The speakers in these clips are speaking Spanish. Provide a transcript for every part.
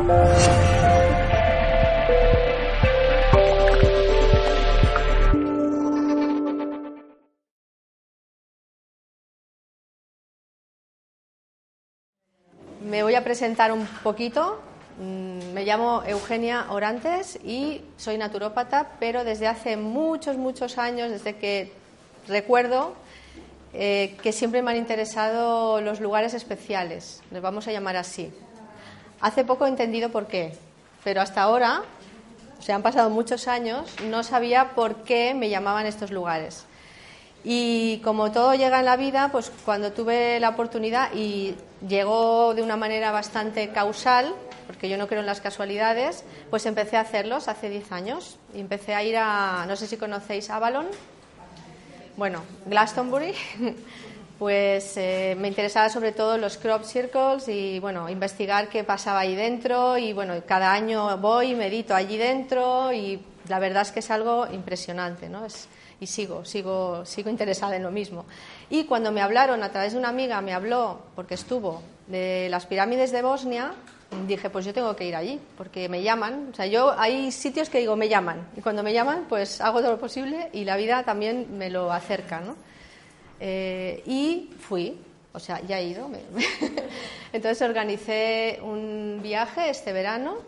Me voy a presentar un poquito. Me llamo Eugenia Orantes y soy naturópata, pero desde hace muchos años, desde que recuerdo, que siempre me han interesado los lugares especiales, les vamos a llamar así. Hace poco he entendido por qué, pero hasta ahora, o sea, han pasado muchos años, no sabía por qué me llamaban estos lugares. Y como todo llega en la vida, pues cuando tuve la oportunidad, y llegó de una manera bastante causal, porque yo no creo en las casualidades, pues empecé a hacerlos hace 10 años. Y empecé a ir a, no sé si conocéis Avalon, bueno, Glastonbury, pues me interesaba sobre todo los crop circles y bueno, investigar qué pasaba ahí dentro. Y bueno, cada año voy, medito allí dentro y la verdad es que es algo impresionante, ¿no? Y sigo interesada en lo mismo. Y cuando me hablaron, a través de una amiga me habló, porque estuvo, de las pirámides de Bosnia, dije, pues yo tengo que ir allí, porque me llaman. O sea, yo hay sitios que digo, me llaman, y cuando me llaman, pues hago todo lo posible y la vida también me lo acerca, ¿no? Y fui, o sea, ya he ido. Entonces organicé un viaje este verano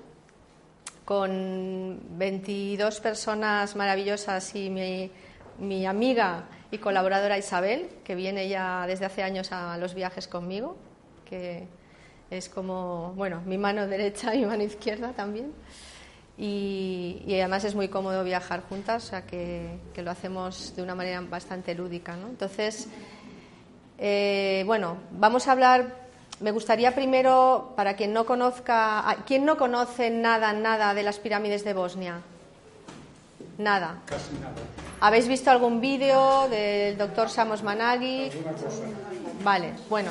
con 22 personas maravillosas y mi amiga y colaboradora Isabel, que viene ya desde hace años a los viajes conmigo, que es como, bueno, mi mano derecha y mi mano izquierda también. Y además es muy cómodo viajar juntas, o sea que lo hacemos de una manera bastante lúdica, ¿no? Entonces, bueno, vamos a hablar. Me gustaría primero, para quien no conozca, ¿quién no conoce nada de las pirámides de Bosnia? Nada. Casi nada. ¿Habéis visto algún vídeo del doctor Samos Managi? Vale, bueno.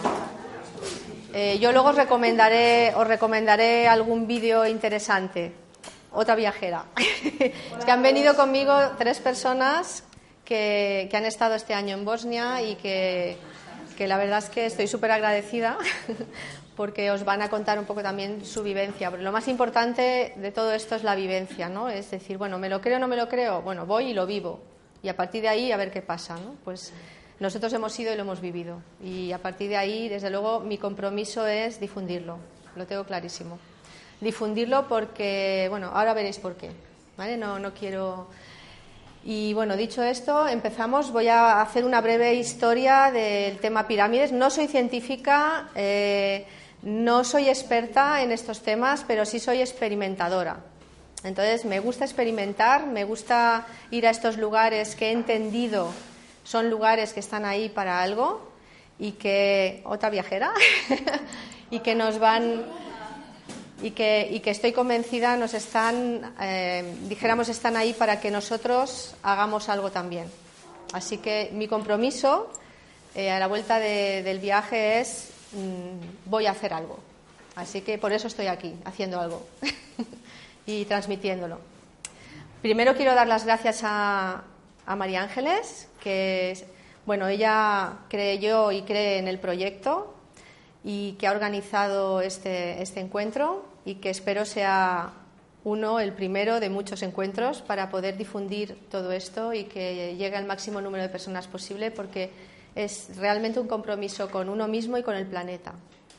Yo luego os recomendaré algún vídeo interesante. Otra viajera. Es que han venido conmigo 3 personas que han estado este año en Bosnia y que la verdad es que estoy súper agradecida porque os van a contar un poco también su vivencia. Pero lo más importante de todo esto es la vivencia, ¿no? Es decir, bueno, ¿me lo creo o no me lo creo? Bueno, voy y lo vivo. Y a partir de ahí a ver qué pasa, ¿no? Pues nosotros hemos ido y lo hemos vivido. Y a partir de ahí, desde luego, mi compromiso es difundirlo. Lo tengo clarísimo. Difundirlo porque, bueno, ahora veréis por qué, ¿vale? No quiero... Y bueno, dicho esto, empezamos. Voy a hacer una breve historia del tema pirámides. No soy científica, no soy experta en estos temas, pero sí soy experimentadora. Entonces, me gusta experimentar, me gusta ir a estos lugares que he entendido son lugares que están ahí para algo y que, otra viajera, y que nos van... Y que estoy convencida nos están, dijéramos, están ahí para que nosotros hagamos algo también. Así que mi compromiso a la vuelta del viaje es voy a hacer algo. Así que por eso estoy aquí, haciendo algo y transmitiéndolo. Primero quiero dar las gracias a María Ángeles, que, bueno, ella creyó y cree en el proyecto y que ha organizado este encuentro y que espero sea el primero de muchos encuentros para poder difundir todo esto y que llegue al máximo número de personas posible, porque es realmente un compromiso con uno mismo y con el planeta.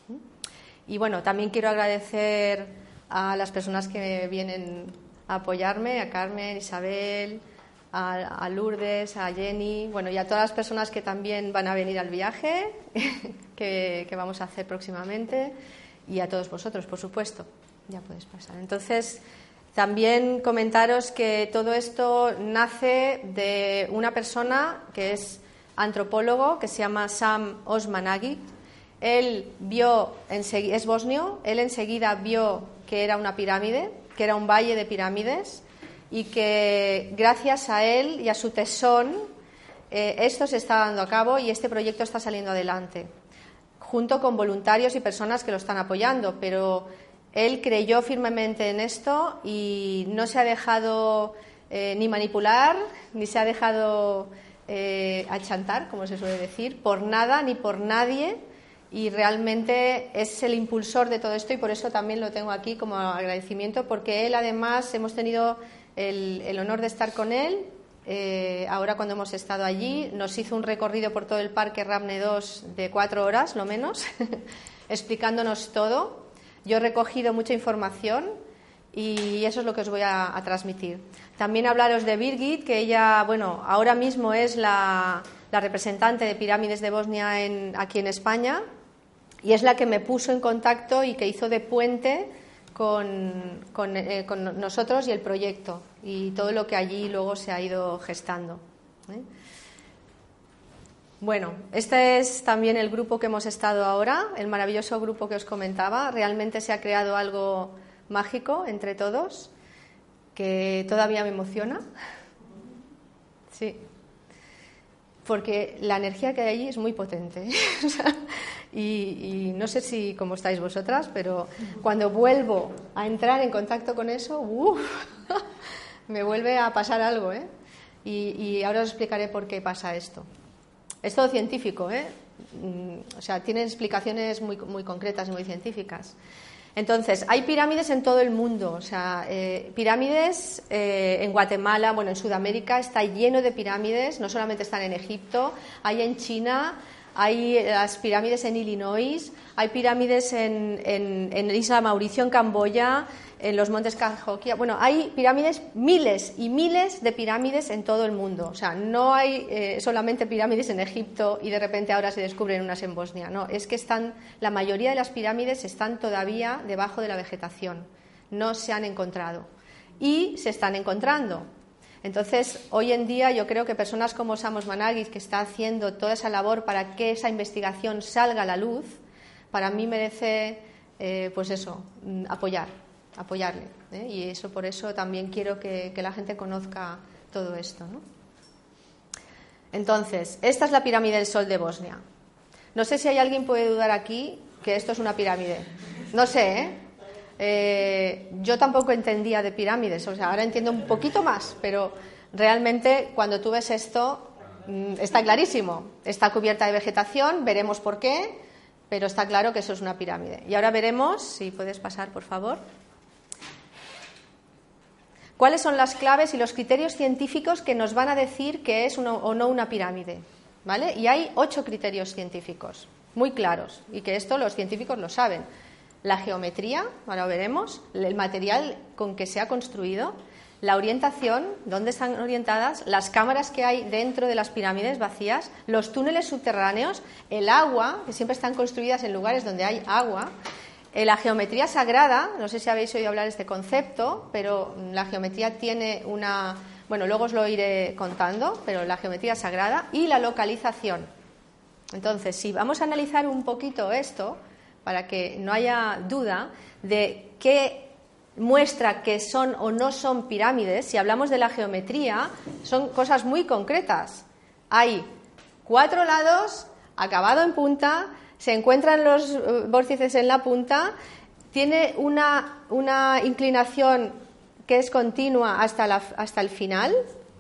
Y bueno, también quiero agradecer a las personas que vienen a apoyarme, a Carmen, Isabel, a Lourdes, a Jenny, bueno, y a todas las personas que también van a venir al viaje que vamos a hacer próximamente, y a todos vosotros, por supuesto. Ya puedes pasar. Entonces, también comentaros que todo esto nace de una persona que es antropólogo, que se llama Sam Osmanagit. Él es bosnio, él enseguida vio que era una pirámide, que era un valle de pirámides, y que gracias a él y a su tesón esto se está dando a cabo y este proyecto está saliendo adelante, junto con voluntarios y personas que lo están apoyando. Pero él creyó firmemente en esto y no se ha dejado ni manipular, ni se ha dejado achantar, como se suele decir, por nada ni por nadie, y realmente es el impulsor de todo esto, y por eso también lo tengo aquí como agradecimiento, porque él, además, hemos tenido el honor de estar con él. Ahora, cuando hemos estado allí, nos hizo un recorrido por todo el parque Ramne 2 de 4 horas, lo menos, explicándonos todo. Yo he recogido mucha información y eso es lo que os voy a transmitir. También hablaros de Birgit, que ella, bueno, ahora mismo es la representante de Pirámides de Bosnia aquí en España, y es la que me puso en contacto y que hizo de puente con nosotros y el proyecto y todo lo que allí luego se ha ido gestando. Bueno, este es también el grupo que hemos estado ahora, el maravilloso grupo que os comentaba. Realmente se ha creado algo mágico entre todos, que todavía me emociona. Sí, porque la energía que hay allí es muy potente. Y no sé si cómo estáis vosotras, pero cuando vuelvo a entrar en contacto con eso, me vuelve a pasar algo, ¿eh? Y ahora os explicaré por qué pasa esto. Es todo científico, ¿eh? O sea, tiene explicaciones muy, muy concretas y muy científicas. Entonces, hay pirámides en todo el mundo, o sea, pirámides en Guatemala, bueno, en Sudamérica está lleno de pirámides, no solamente están en Egipto, hay en China, hay las pirámides en Illinois, hay pirámides en Isla Mauricio, en Camboya, en los montes Cajoquia. Bueno, hay pirámides, miles y miles de pirámides en todo el mundo. O sea, no hay solamente pirámides en Egipto y de repente ahora se descubren unas en Bosnia. No, es que la mayoría de las pirámides están todavía debajo de la vegetación. No se han encontrado. Y se están encontrando. Entonces, hoy en día yo creo que personas como Samos Managis, que está haciendo toda esa labor para que esa investigación salga a la luz, para mí merece, pues eso, apoyarle, ¿eh? Y eso, por eso también quiero que la gente conozca todo esto, ¿no? Entonces, esta es la pirámide del Sol de Bosnia. No sé si hay alguien que puede dudar aquí que esto es una pirámide. No sé, ¿eh? Yo tampoco entendía de pirámides, o sea, ahora entiendo un poquito más, pero realmente cuando tú ves esto está clarísimo. Está cubierta de vegetación, veremos por qué, pero está claro que eso es una pirámide. Y ahora veremos, si puedes pasar, por favor, cuáles son las claves y los criterios científicos que nos van a decir que es o no una pirámide, ¿vale? Y hay 8 criterios científicos muy claros, y que esto los científicos lo saben. La geometría, ahora veremos, el material con que se ha construido, la orientación, dónde están orientadas, las cámaras que hay dentro de las pirámides vacías, los túneles subterráneos, el agua, que siempre están construidas en lugares donde hay agua, la geometría sagrada, no sé si habéis oído hablar de este concepto, pero la geometría tiene una... Bueno, luego os lo iré contando, pero la geometría sagrada y la localización. Entonces, si vamos a analizar un poquito esto, para que no haya duda de qué muestra que son o no son pirámides, si hablamos de la geometría, son cosas muy concretas. Hay 4 lados, acabado en punta, se encuentran los vórtices en la punta, tiene una inclinación que es continua hasta el final,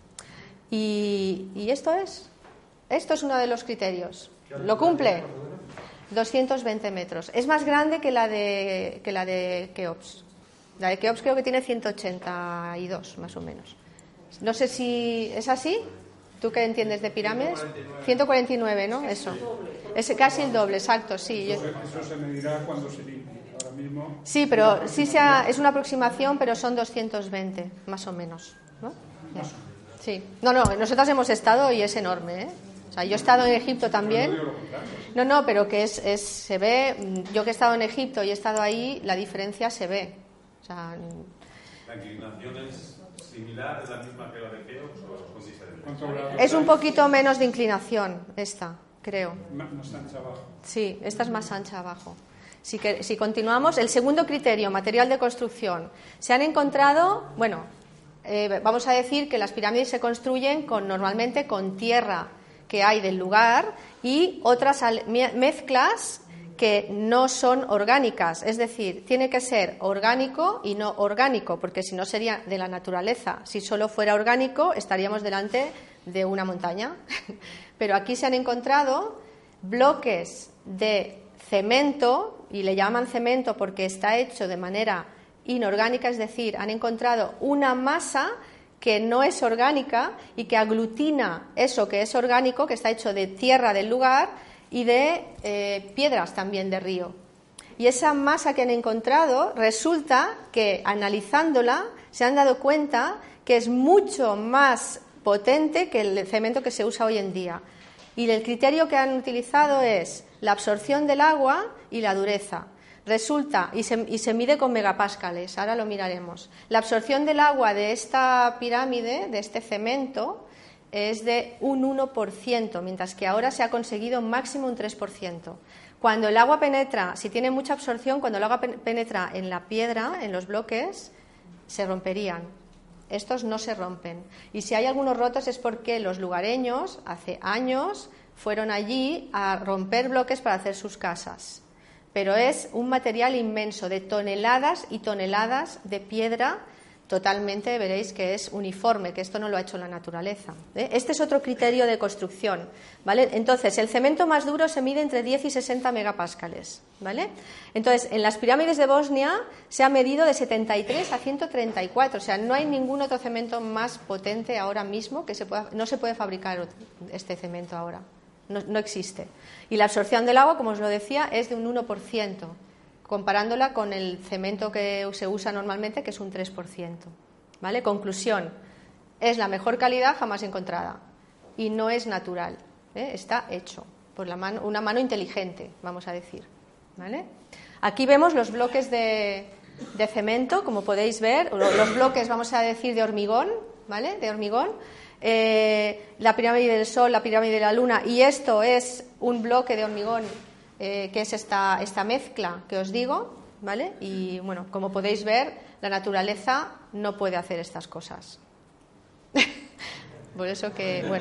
y esto es uno de los criterios. ¿Lo cumple? 220 metros. Es más grande que la de Keops. La de Keops creo que tiene 182, más o menos. No sé si es así. ¿Tú qué entiendes de pirámides? 149, ¿no? Eso. Es casi el doble, exacto, sí. Eso se medirá cuando se limpie. Ahora mismo... Sí, pero sí es una aproximación, pero son 220, más o menos, ¿no? Sí. No, nosotras hemos estado y es enorme, ¿eh? O sea, yo he estado en Egipto también. No, pero que se ve. Yo que he estado en Egipto y he estado ahí, la diferencia se ve. O sea, ¿la inclinación es similar, es la misma que la de Keops o son diferentes? Es un poquito menos de inclinación esta, creo. Más ancha abajo. Sí, esta es más ancha abajo. Si continuamos, el segundo criterio, material de construcción. Se han encontrado, bueno, vamos a decir que las pirámides se construyen normalmente con tierra que hay del lugar y otras mezclas que no son orgánicas, es decir, tiene que ser orgánico y no orgánico, porque si no sería de la naturaleza. Si solo fuera orgánico estaríamos delante de una montaña. Pero aquí se han encontrado bloques de cemento, y le llaman cemento porque está hecho de manera inorgánica, es decir, han encontrado una masa que no es orgánica y que aglutina eso que es orgánico, que está hecho de tierra del lugar y de piedras también de río. Y esa masa que han encontrado, resulta que analizándola se han dado cuenta que es mucho más potente que el cemento que se usa hoy en día. Y el criterio que han utilizado es la absorción del agua y la dureza. Resulta, y se mide con megapáscales, ahora lo miraremos. La absorción del agua de esta pirámide, de este cemento, es de un 1%, mientras que ahora se ha conseguido máximo un 3%. Cuando el agua penetra, si tiene mucha absorción, cuando el agua penetra en la piedra, en los bloques, se romperían. Estos no se rompen. Y si hay algunos rotos es porque los lugareños, hace años, fueron allí a romper bloques para hacer sus casas. Pero es un material inmenso de toneladas y toneladas de piedra, totalmente, veréis que es uniforme, que esto no lo ha hecho la naturaleza. Este es otro criterio de construcción, ¿vale? Entonces, el cemento más duro se mide entre 10 y 60 megapáscales, ¿vale? Entonces, en las pirámides de Bosnia se ha medido de 73 a 134, o sea, no hay ningún otro cemento más potente ahora mismo que no se puede fabricar este cemento ahora, no existe. Y la absorción del agua, como os lo decía, es de un 1%. Comparándola con el cemento que se usa normalmente, que es un 3%. ¿Vale? Conclusión, es la mejor calidad jamás encontrada y no es natural, está hecho por una mano inteligente, vamos a decir. ¿Vale? Aquí vemos los bloques de cemento, como podéis ver, los bloques, vamos a decir, de hormigón, ¿vale? De hormigón. La pirámide del Sol, la pirámide de la Luna, y esto es un bloque de hormigón que es esta mezcla que os digo, ¿vale? Y bueno, como podéis ver, la naturaleza no puede hacer estas cosas. Por eso que, bueno.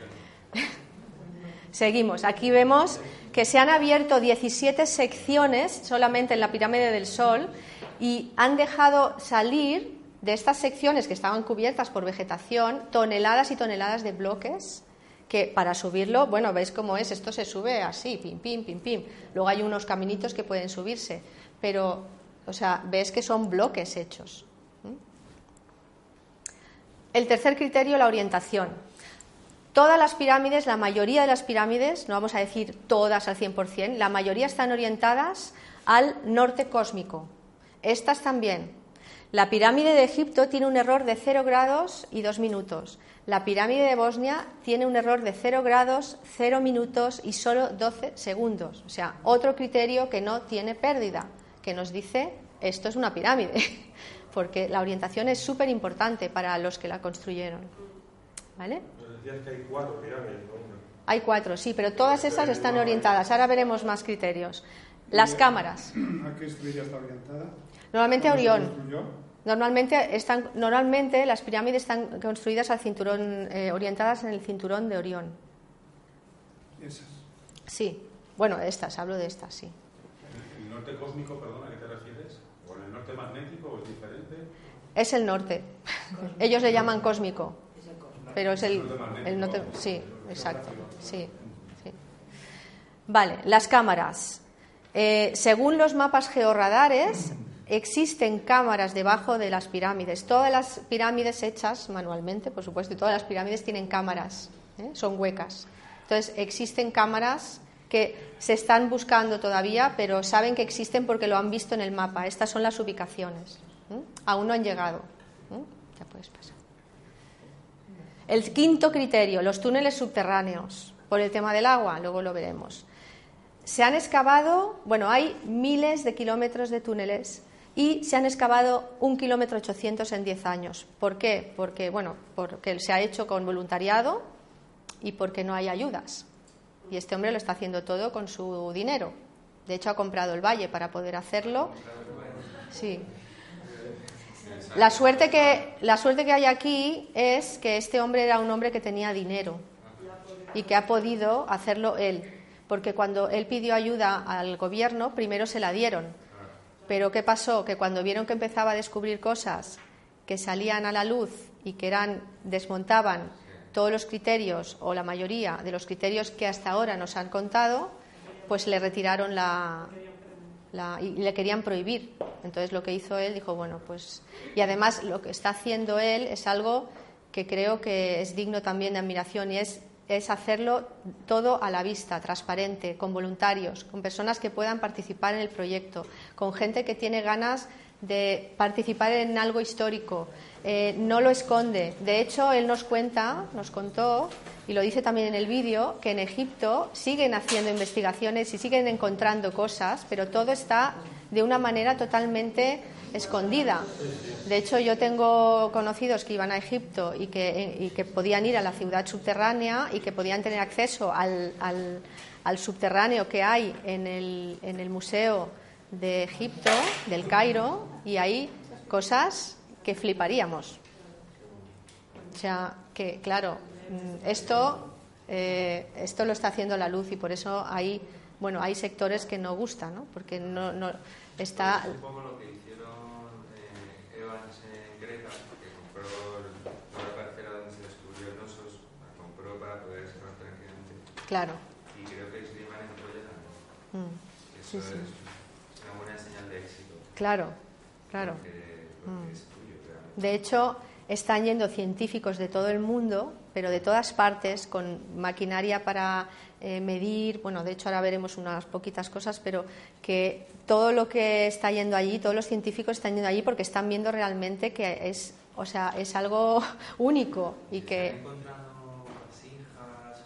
Seguimos. Aquí vemos que se han abierto 17 secciones solamente en la pirámide del Sol y han dejado salir de estas secciones que estaban cubiertas por vegetación toneladas y toneladas de bloques que para subirlo, bueno, veis cómo es, esto se sube así, pim, pim, pim, pim. Luego hay unos caminitos que pueden subirse, pero, o sea, ves que son bloques hechos. El tercer criterio, la orientación. Todas las pirámides, la mayoría de las pirámides, no vamos a decir todas al 100%, la mayoría están orientadas al norte cósmico. Estas también. La pirámide de Egipto tiene un error de 0 grados y 2 minutos. La pirámide de Bosnia tiene un error de 0 grados, 0 minutos y solo 12 segundos. O sea, otro criterio que no tiene pérdida, que nos dice esto es una pirámide, porque la orientación es súper importante para los que la construyeron. ¿Vale? Pero decías que hay 4 pirámides, ¿no? Hay 4, sí, pero todas esas están orientadas. Ahora veremos más criterios. Las cámaras. ¿A qué estrella está orientada? Normalmente a Orión. ¿Cómo se construyó? Normalmente las pirámides están construidas al cinturón, orientadas en el cinturón de Orión. ¿Esas? Sí. Bueno, hablo de estas, sí. ¿El norte cósmico, perdona, a qué te refieres? ¿O el norte magnético o es diferente? Es el norte. Ellos le llaman cósmico. Pero es el norte. Sí, exacto. Sí. Vale, las cámaras. Según los mapas georradares, existen cámaras debajo de las pirámides. Todas las pirámides hechas manualmente, por supuesto, y todas las pirámides tienen cámaras, son huecas. Entonces, existen cámaras que se están buscando todavía, pero saben que existen porque lo han visto en el mapa. Estas son las ubicaciones. Aún no han llegado. Ya puedes pasar. El quinto criterio, los túneles subterráneos. Por el tema del agua, luego lo veremos. Se han excavado, hay miles de kilómetros de túneles y se han excavado 1,8 kilómetros en 10 años. ¿Por qué? Porque se ha hecho con voluntariado y porque no hay ayudas. Y este hombre lo está haciendo todo con su dinero. De hecho, ha comprado el valle para poder hacerlo. Sí. La suerte que hay aquí es que este hombre era un hombre que tenía dinero y que ha podido hacerlo él. Porque cuando él pidió ayuda al gobierno, primero se la dieron. Pero ¿qué pasó? Que cuando vieron que empezaba a descubrir cosas que salían a la luz y que desmontaban todos los criterios, o la mayoría de los criterios que hasta ahora nos han contado, pues le retiraron y le querían prohibir. Entonces lo que hizo él, dijo, bueno, pues... Y además lo que está haciendo él es algo que creo que es digno también de admiración, y es hacerlo todo a la vista, transparente, con voluntarios, con personas que puedan participar en el proyecto, con gente que tiene ganas de participar en algo histórico. No lo esconde. De hecho, él nos contó, y lo dice también en el vídeo, que en Egipto siguen haciendo investigaciones y siguen encontrando cosas, pero todo está de una manera totalmente escondida. De hecho, yo tengo conocidos que iban a Egipto y que podían ir a la ciudad subterránea y que podían tener acceso al subterráneo que hay en el museo de Egipto, del Cairo, y hay cosas que fliparíamos. O sea, que claro, esto lo está haciendo la luz, y por eso hay sectores que no gustan, ¿no? Porque no está... Es un poco lo que hicieron Evans en Greta, que compró la parcela donde se descubrió el Knossos, la compró para poder escapar tranquilamente. Claro. Y creo que Slimane en Troya también. Eso Sí. es una buena señal de éxito. Claro. Porque es tuyo, realmente. De hecho, están yendo científicos de todo el mundo, pero de todas partes, con maquinaria para medir. Bueno, de hecho ahora veremos unas poquitas cosas, pero que todo lo que está yendo allí, todos los científicos están yendo allí porque están viendo realmente que es algo único y que... ¿Están encontrando vasijas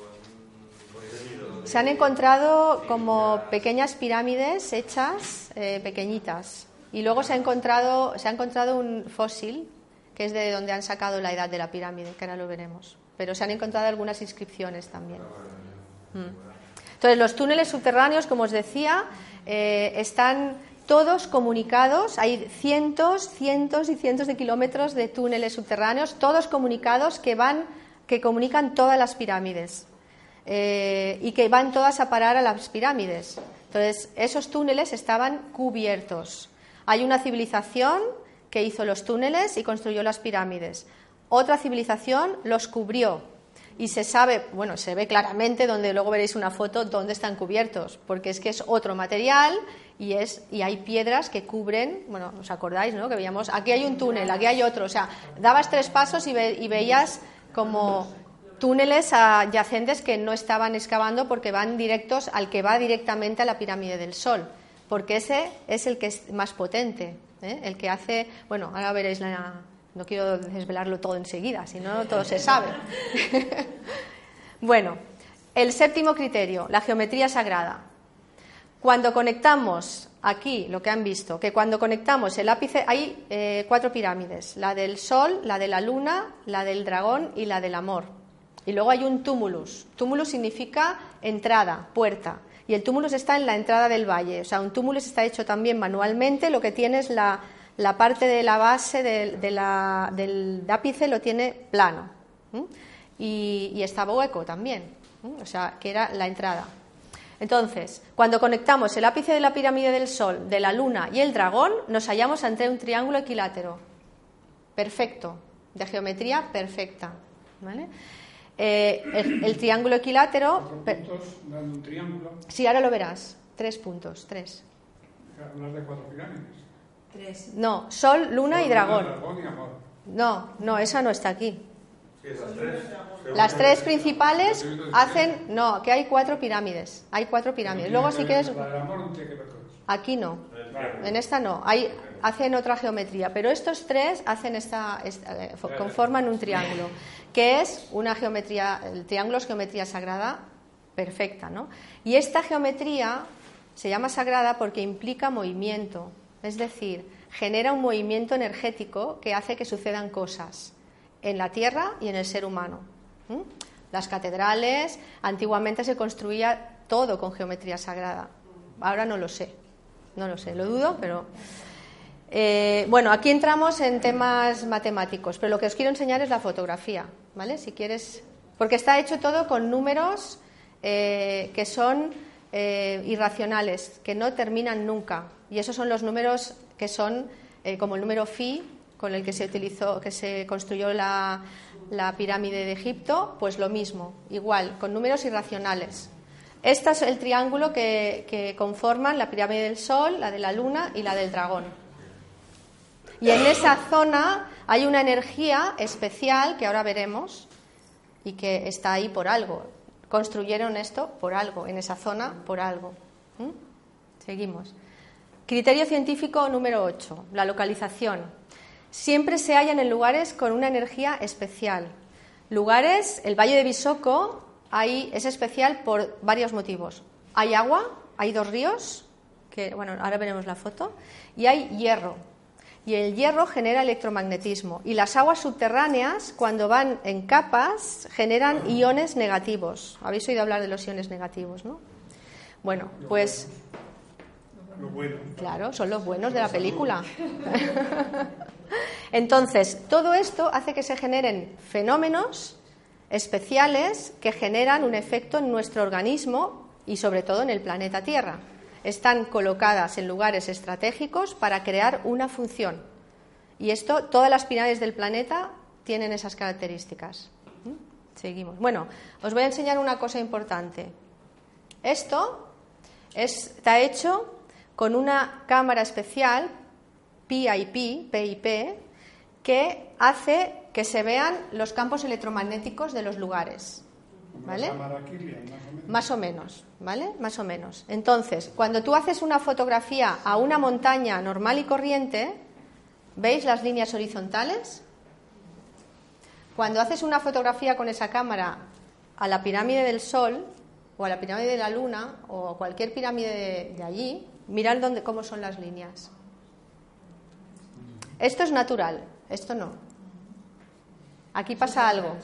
o Se han encontrado como pequeñas pirámides hechas pequeñitas, y luego se ha encontrado un fósil que es de donde han sacado la edad de la pirámide, que ahora lo veremos, pero se han encontrado algunas inscripciones también. Entonces, los túneles subterráneos, como os decía, están todos comunicados. Hay cientos y cientos de kilómetros de túneles subterráneos, todos comunicados, que comunican todas las pirámides, y que van todas a parar a las pirámides. Entonces, esos túneles estaban cubiertos. Hay una civilización que hizo los túneles y construyó las pirámides. Otra civilización los cubrió. Y se ve claramente, donde luego veréis una foto, dónde están cubiertos, porque es que es otro material y hay piedras que cubren. Bueno, ¿os acordáis, no? Que veíamos, aquí hay un túnel, aquí hay otro. O sea, dabas 3 pasos y veías como túneles adyacentes que no estaban excavando, porque van directos al que va directamente a la pirámide del Sol, porque ese es el que es más potente, el que hace... Bueno, ahora veréis No quiero desvelarlo todo enseguida, si no, todo se sabe. Bueno, el séptimo criterio, la geometría sagrada. Cuando conectamos, aquí lo que han visto, que cuando conectamos el ápice, hay 4 pirámides, la del Sol, la de la Luna, la del Dragón y la del Amor. Y luego hay un túmulus. Túmulus significa entrada, puerta. Y el túmulus está en la entrada del valle. O sea, un túmulus está hecho también manualmente, lo que tiene es la parte de la base del ápice lo tiene plano, y estaba hueco también, o sea, que era la entrada. Entonces, cuando conectamos el ápice de la pirámide del Sol, de la Luna y el Dragón, nos hallamos ante un triángulo equilátero perfecto, de geometría perfecta, ¿vale? El triángulo equilátero... 4 puntos dando un triángulo. Sí, ahora lo verás. 3 puntos, 3. Hablas de 4 pirámides. 3. No, Sol, Luna y Dragón. Dragón y Amor. No, esa no está aquí. Sí, esas 3. Las 3 principales hacen... No, que hay 4 pirámides. Hay 4 pirámides. Luego, si quieres... La del Amor no tiene que ver con eso. Aquí no. Claro. En esta no. Hacen otra geometría. Pero estos 3 hacen conforman un triángulo, que es una geometría... El triángulo es geometría sagrada perfecta, ¿no? Y esta geometría se llama sagrada porque implica movimiento. Es decir, genera un movimiento energético que hace que sucedan cosas en la Tierra y en el ser humano. Las catedrales, antiguamente se construía todo con geometría sagrada. Ahora no lo sé, lo dudo, pero... bueno, aquí entramos en temas matemáticos, pero lo que os quiero enseñar es la fotografía, ¿vale? Si quieres... Porque está hecho todo con números que son irracionales, que no terminan nunca. Y esos son los números que son como el número phi, con el que se construyó la pirámide de Egipto, pues lo mismo, igual, con números irracionales. Este es el triángulo que conforman la pirámide del Sol, la de la Luna y la del Dragón. Y en esa zona hay una energía especial que ahora veremos y que está ahí por algo. Construyeron esto por algo, en esa zona por algo. Seguimos. Criterio científico número 8, la localización. Siempre se hallan en lugares con una energía especial. Lugares, el Valle de Visoko es especial por varios motivos. Hay agua, hay 2 ríos, que bueno, ahora veremos la foto, y hay hierro. Y el hierro genera electromagnetismo. Y las aguas subterráneas, cuando van en capas, generan iones negativos. Habéis oído hablar de los iones negativos, ¿no? Bueno, pues... Claro, son los buenos de la película. Entonces, todo esto hace que se generen fenómenos especiales que generan un efecto en nuestro organismo y sobre todo en el planeta Tierra. Están colocadas en lugares estratégicos para crear una función. Y todas las pirámides del planeta tienen esas características. Seguimos. Bueno, os voy a enseñar una cosa importante. Esto está hecho con una cámara especial, PIP, que hace que se vean los campos electromagnéticos de los lugares. ¿Vale? Más o menos, ¿vale? Más o menos. Entonces, cuando tú haces una fotografía a una montaña normal y corriente, ¿veis las líneas horizontales? Cuando haces una fotografía con esa cámara a la pirámide del Sol o a la pirámide de la Luna o a cualquier pirámide de allí, mirad cómo son las líneas. Esto es natural, esto no. Aquí pasa algo.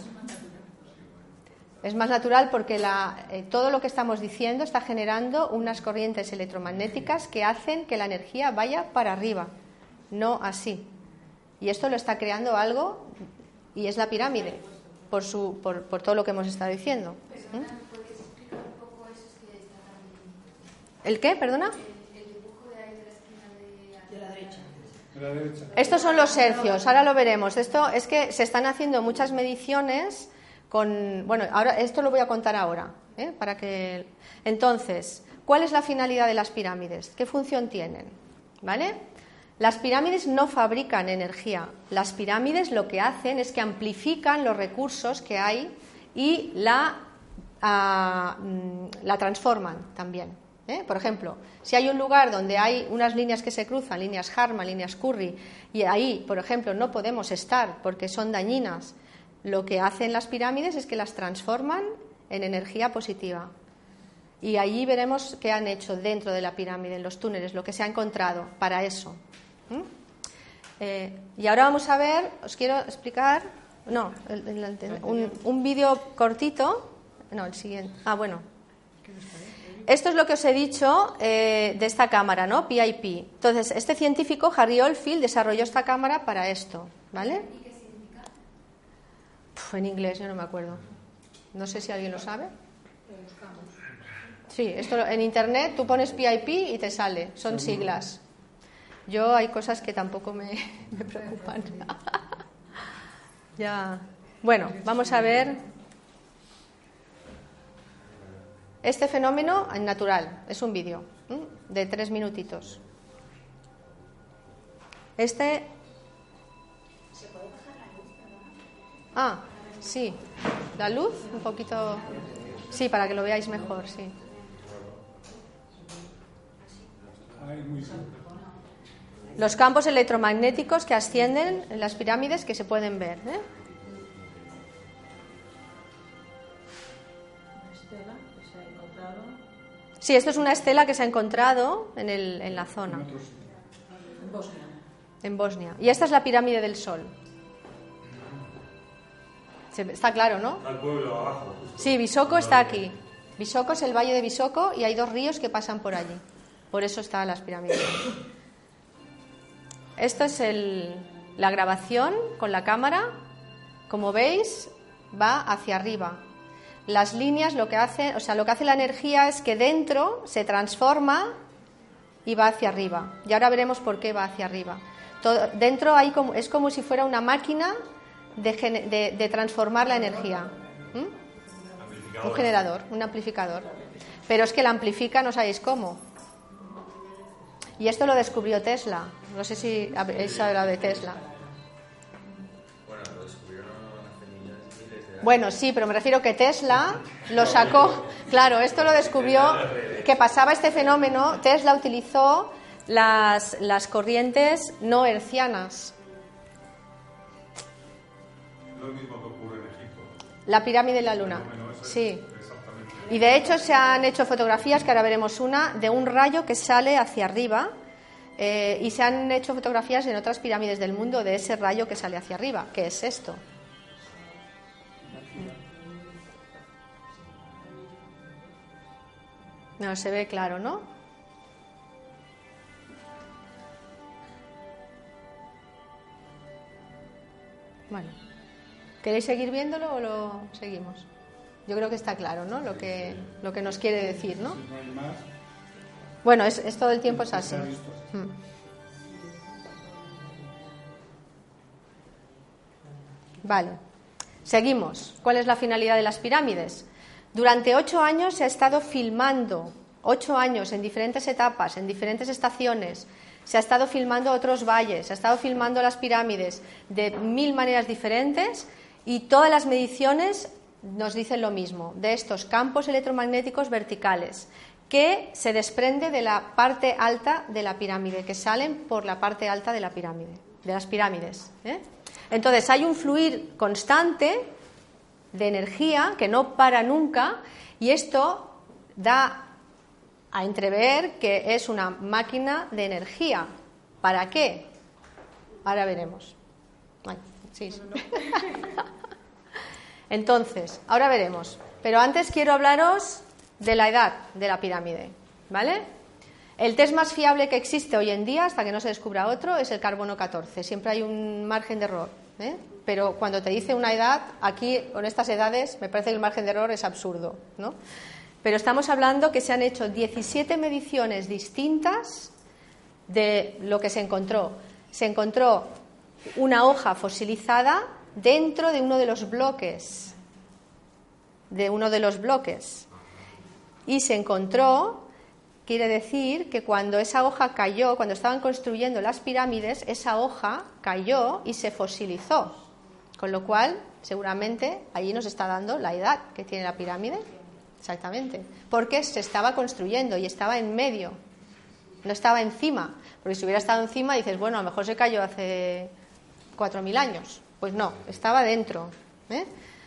Es más natural porque todo lo que estamos diciendo está generando unas corrientes electromagnéticas que hacen que la energía vaya para arriba, no así. Y esto lo está creando algo y es la pirámide, por todo lo que hemos estado diciendo. ¿Puedes explicar un poco eso que está tan... ¿El qué? ¿Perdona? El dibujo de ahí de la esquina de la derecha. De la derecha. Estos son los hercios, ahora lo veremos. Esto es que se están haciendo muchas mediciones bueno, ahora esto lo voy a contar ahora, para que... Entonces, ¿cuál es la finalidad de las pirámides? ¿Qué función tienen? ¿Vale? Las pirámides no fabrican energía. Las pirámides lo que hacen es que amplifican los recursos que hay y la transforman también. Por ejemplo, si hay un lugar donde hay unas líneas que se cruzan, líneas Harman, líneas Curry, y ahí, por ejemplo, no podemos estar porque son dañinas, lo que hacen las pirámides es que las transforman en energía positiva. Y allí veremos qué han hecho dentro de la pirámide, en los túneles, lo que se ha encontrado para eso. Y ahora vamos a ver, os quiero explicar, un vídeo cortito. No, el siguiente. Bueno. Esto es lo que os he dicho de esta cámara, ¿no? PIP. Entonces, este científico, Harry Oldfield, desarrolló esta cámara para esto, ¿vale? ¿Y qué significa? En inglés, yo no me acuerdo. No sé si alguien lo sabe. Sí, esto en internet tú pones PIP y te sale, son siglas. Yo hay cosas que tampoco me preocupan. Ya. Bueno, vamos a ver. Este fenómeno natural, es un vídeo de 3 minutitos. ¿Se puede bajar la luz, verdad? Sí. La luz, un poquito. Sí, para que lo veáis mejor, sí. Los campos electromagnéticos que ascienden en las pirámides que se pueden ver, Sí, esto es una estela que se ha encontrado en la zona. En Bosnia. Y esta es la pirámide del Sol. Está claro, ¿no? Al pueblo abajo. Sí, Visoko está aquí. Visoko es el valle de Visoko y hay 2 ríos que pasan por allí. Por eso están las pirámides. Esto es la grabación con la cámara. Como veis, va hacia arriba. Las líneas lo que hace la energía es que dentro se transforma y va hacia arriba. Y ahora veremos por qué va hacia arriba. Dentro es como si fuera una máquina de transformar la energía. Un generador, un amplificador. pero es que la amplifica, no sabéis cómo. Y esto lo descubrió Tesla. No sé si habéis hablado de Tesla. Bueno, lo descubrieron hace miles de años. Bueno, sí, pero me refiero que Tesla lo sacó. Claro, esto lo descubrió, que pasaba este fenómeno. Tesla utilizó las corrientes no hertzianas. Lo mismo que ocurre en Egipto. La pirámide de la luna. Fenómeno ese, Sí. Exactamente. Y de hecho se han hecho fotografías, que ahora veremos una, de un rayo que sale hacia arriba. Y se han hecho fotografías en otras pirámides del mundo de ese rayo que sale hacia arriba. ¿Qué es esto? No se ve claro, ¿no? Bueno, ¿queréis seguir viéndolo o lo seguimos? Yo creo que está claro, ¿no? Lo que nos quiere decir, ¿no? Si no hay más, Bueno, es todo el tiempo es así. se ha visto. Vale, seguimos. ¿Cuál es la finalidad de las pirámides? Durante 8 años se ha estado filmando, 8 años en diferentes etapas, en diferentes estaciones. Se ha estado filmando otros valles, se ha estado filmando las pirámides de 1000 maneras diferentes y todas las mediciones nos dicen lo mismo, de estos campos electromagnéticos verticales que se desprende de la parte alta de la pirámide, que salen por la parte alta de la pirámide, de las pirámides, ¿eh? Entonces hay un fluir constante de energía que no para nunca y esto da a entrever que es una máquina de energía. ¿Para qué? Ahora veremos. Ay, sí. Entonces, ahora veremos. Pero antes quiero hablaros de la edad de la pirámide, ¿vale? El test más fiable que existe hoy en día, hasta que no se descubra otro, es el carbono 14. Siempre hay un margen de error, ¿eh? Pero cuando te dice una edad, aquí, con estas edades, me parece que el margen de error es absurdo, ¿no? Pero estamos hablando que se han hecho 17 mediciones distintas de lo que se encontró. Se encontró una hoja fosilizada dentro de uno de los bloques. Y se encontró, quiere decir que cuando esa hoja cayó, cuando estaban construyendo las pirámides, esa hoja cayó y se fosilizó. Con lo cual, seguramente, allí nos está dando la edad que tiene la pirámide. Exactamente, porque se estaba construyendo y estaba en medio, no estaba encima, porque si hubiera estado encima dices, bueno, a lo mejor se cayó hace 4000 años, pues no, estaba dentro, ¿eh?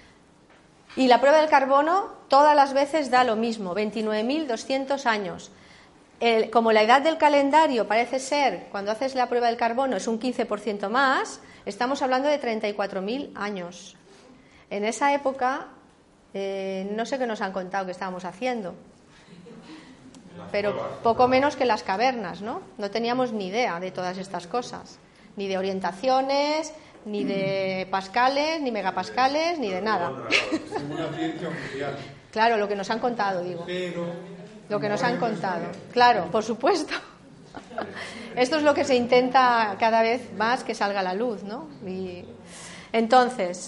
Y la prueba del carbono todas las veces da lo mismo, 29.200 años. Como la edad del calendario parece ser, cuando haces la prueba del carbono, es un 15% más, estamos hablando de 34.000 años. En esa época... no sé qué nos han contado que estábamos haciendo, pero poco menos que las cavernas, ¿no? No teníamos ni idea de todas estas cosas, ni de orientaciones, ni de pascales, ni megapascales, ni de nada. Según la ciencia oficial. Claro, lo que nos han contado, digo. Pero Lo que nos han contado. Claro, por supuesto. Esto es lo que se intenta cada vez más que salga a la luz, ¿no? Y entonces,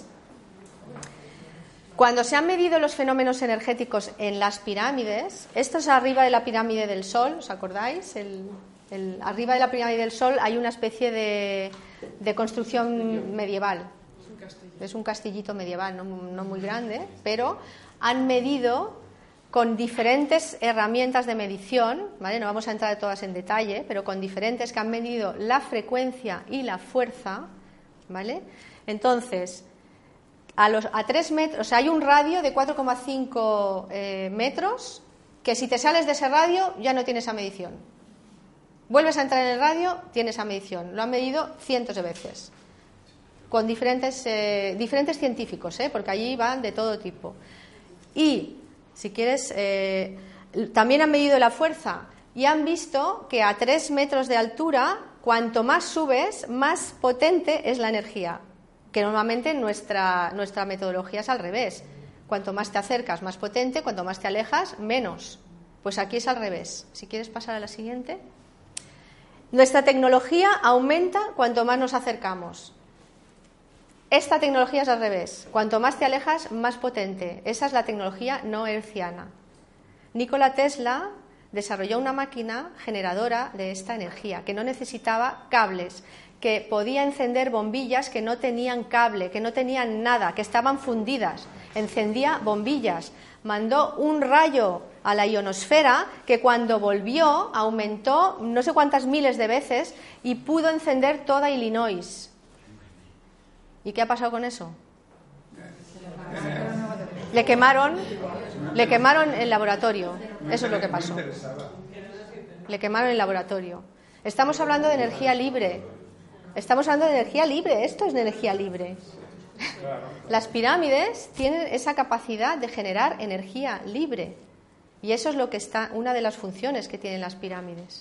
cuando se han medido los fenómenos energéticos en las pirámides, esto es arriba de la pirámide del Sol, ¿os acordáis? Arriba de la pirámide del Sol hay una especie de construcción medieval. Es un castillito medieval, no muy grande, pero han medido con diferentes herramientas de medición, ¿vale? No vamos a entrar todas en detalle, pero con diferentes que han medido la frecuencia y la fuerza, ¿vale? Entonces, a 3 metros, o sea, hay un radio de 4,5 metros que si te sales de ese radio ya no tienes esa medición. Vuelves a entrar en el radio, tienes esa medición. Lo han medido cientos de veces con diferentes científicos, porque allí van de todo tipo. Y, si quieres, también han medido la fuerza y han visto que a 3 metros de altura, cuanto más subes, más potente es la energía. Que normalmente nuestra metodología es al revés. Cuanto más te acercas, más potente, cuanto más te alejas, menos. Pues aquí es al revés. Si quieres pasar a la siguiente. Nuestra tecnología aumenta cuanto más nos acercamos. Esta tecnología es al revés. Cuanto más te alejas, más potente. Esa es la tecnología no hertziana. Nikola Tesla desarrolló una máquina generadora de esta energía, que no necesitaba cables, que podía encender bombillas que no tenían cable, que no tenían nada, que estaban fundidas. Encendía bombillas, mandó un rayo a la ionosfera que cuando volvió aumentó no sé cuántas miles de veces y pudo encender toda Illinois. ¿Y qué ha pasado con eso? Le quemaron el laboratorio. Eso es lo que pasó. Le quemaron el laboratorio. Estamos hablando de energía libre. Estamos hablando de energía libre. Esto es de energía libre. Las pirámides tienen esa capacidad de generar energía libre. Y eso es lo que está, una de las funciones que tienen las pirámides.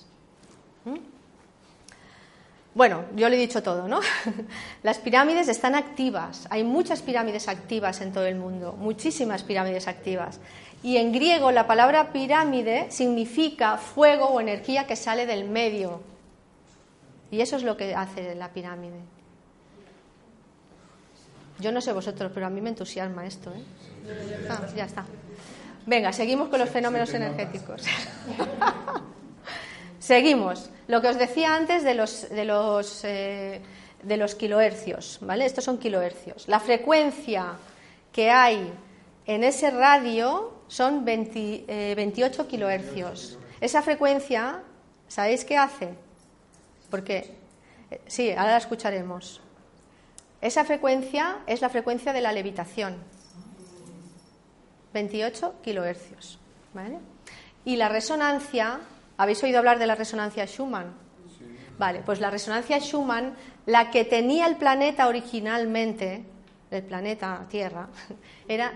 Bueno, yo le he dicho todo, ¿no? Las pirámides están activas. Hay muchas pirámides activas en todo el mundo, muchísimas pirámides activas. Y en griego la palabra pirámide significa fuego o energía que sale del medio. Y eso es lo que hace la pirámide. Yo no sé vosotros, pero a mí me entusiasma esto, ¿eh? Ya está. Venga, seguimos con los fenómenos energéticos. Seguimos. Lo que os decía antes de los kilohercios, ¿vale? Estos son kilohercios. La frecuencia que hay en ese radio son 28 kilohercios. Esa frecuencia, ¿sabéis qué hace? Porque, sí, ahora la escucharemos. Esa frecuencia es la frecuencia de la levitación. 28 kilohercios, ¿vale? Y la resonancia, ¿habéis oído hablar de la resonancia Schumann? Sí. Vale, pues la resonancia Schumann, la que tenía el planeta originalmente, el planeta Tierra, era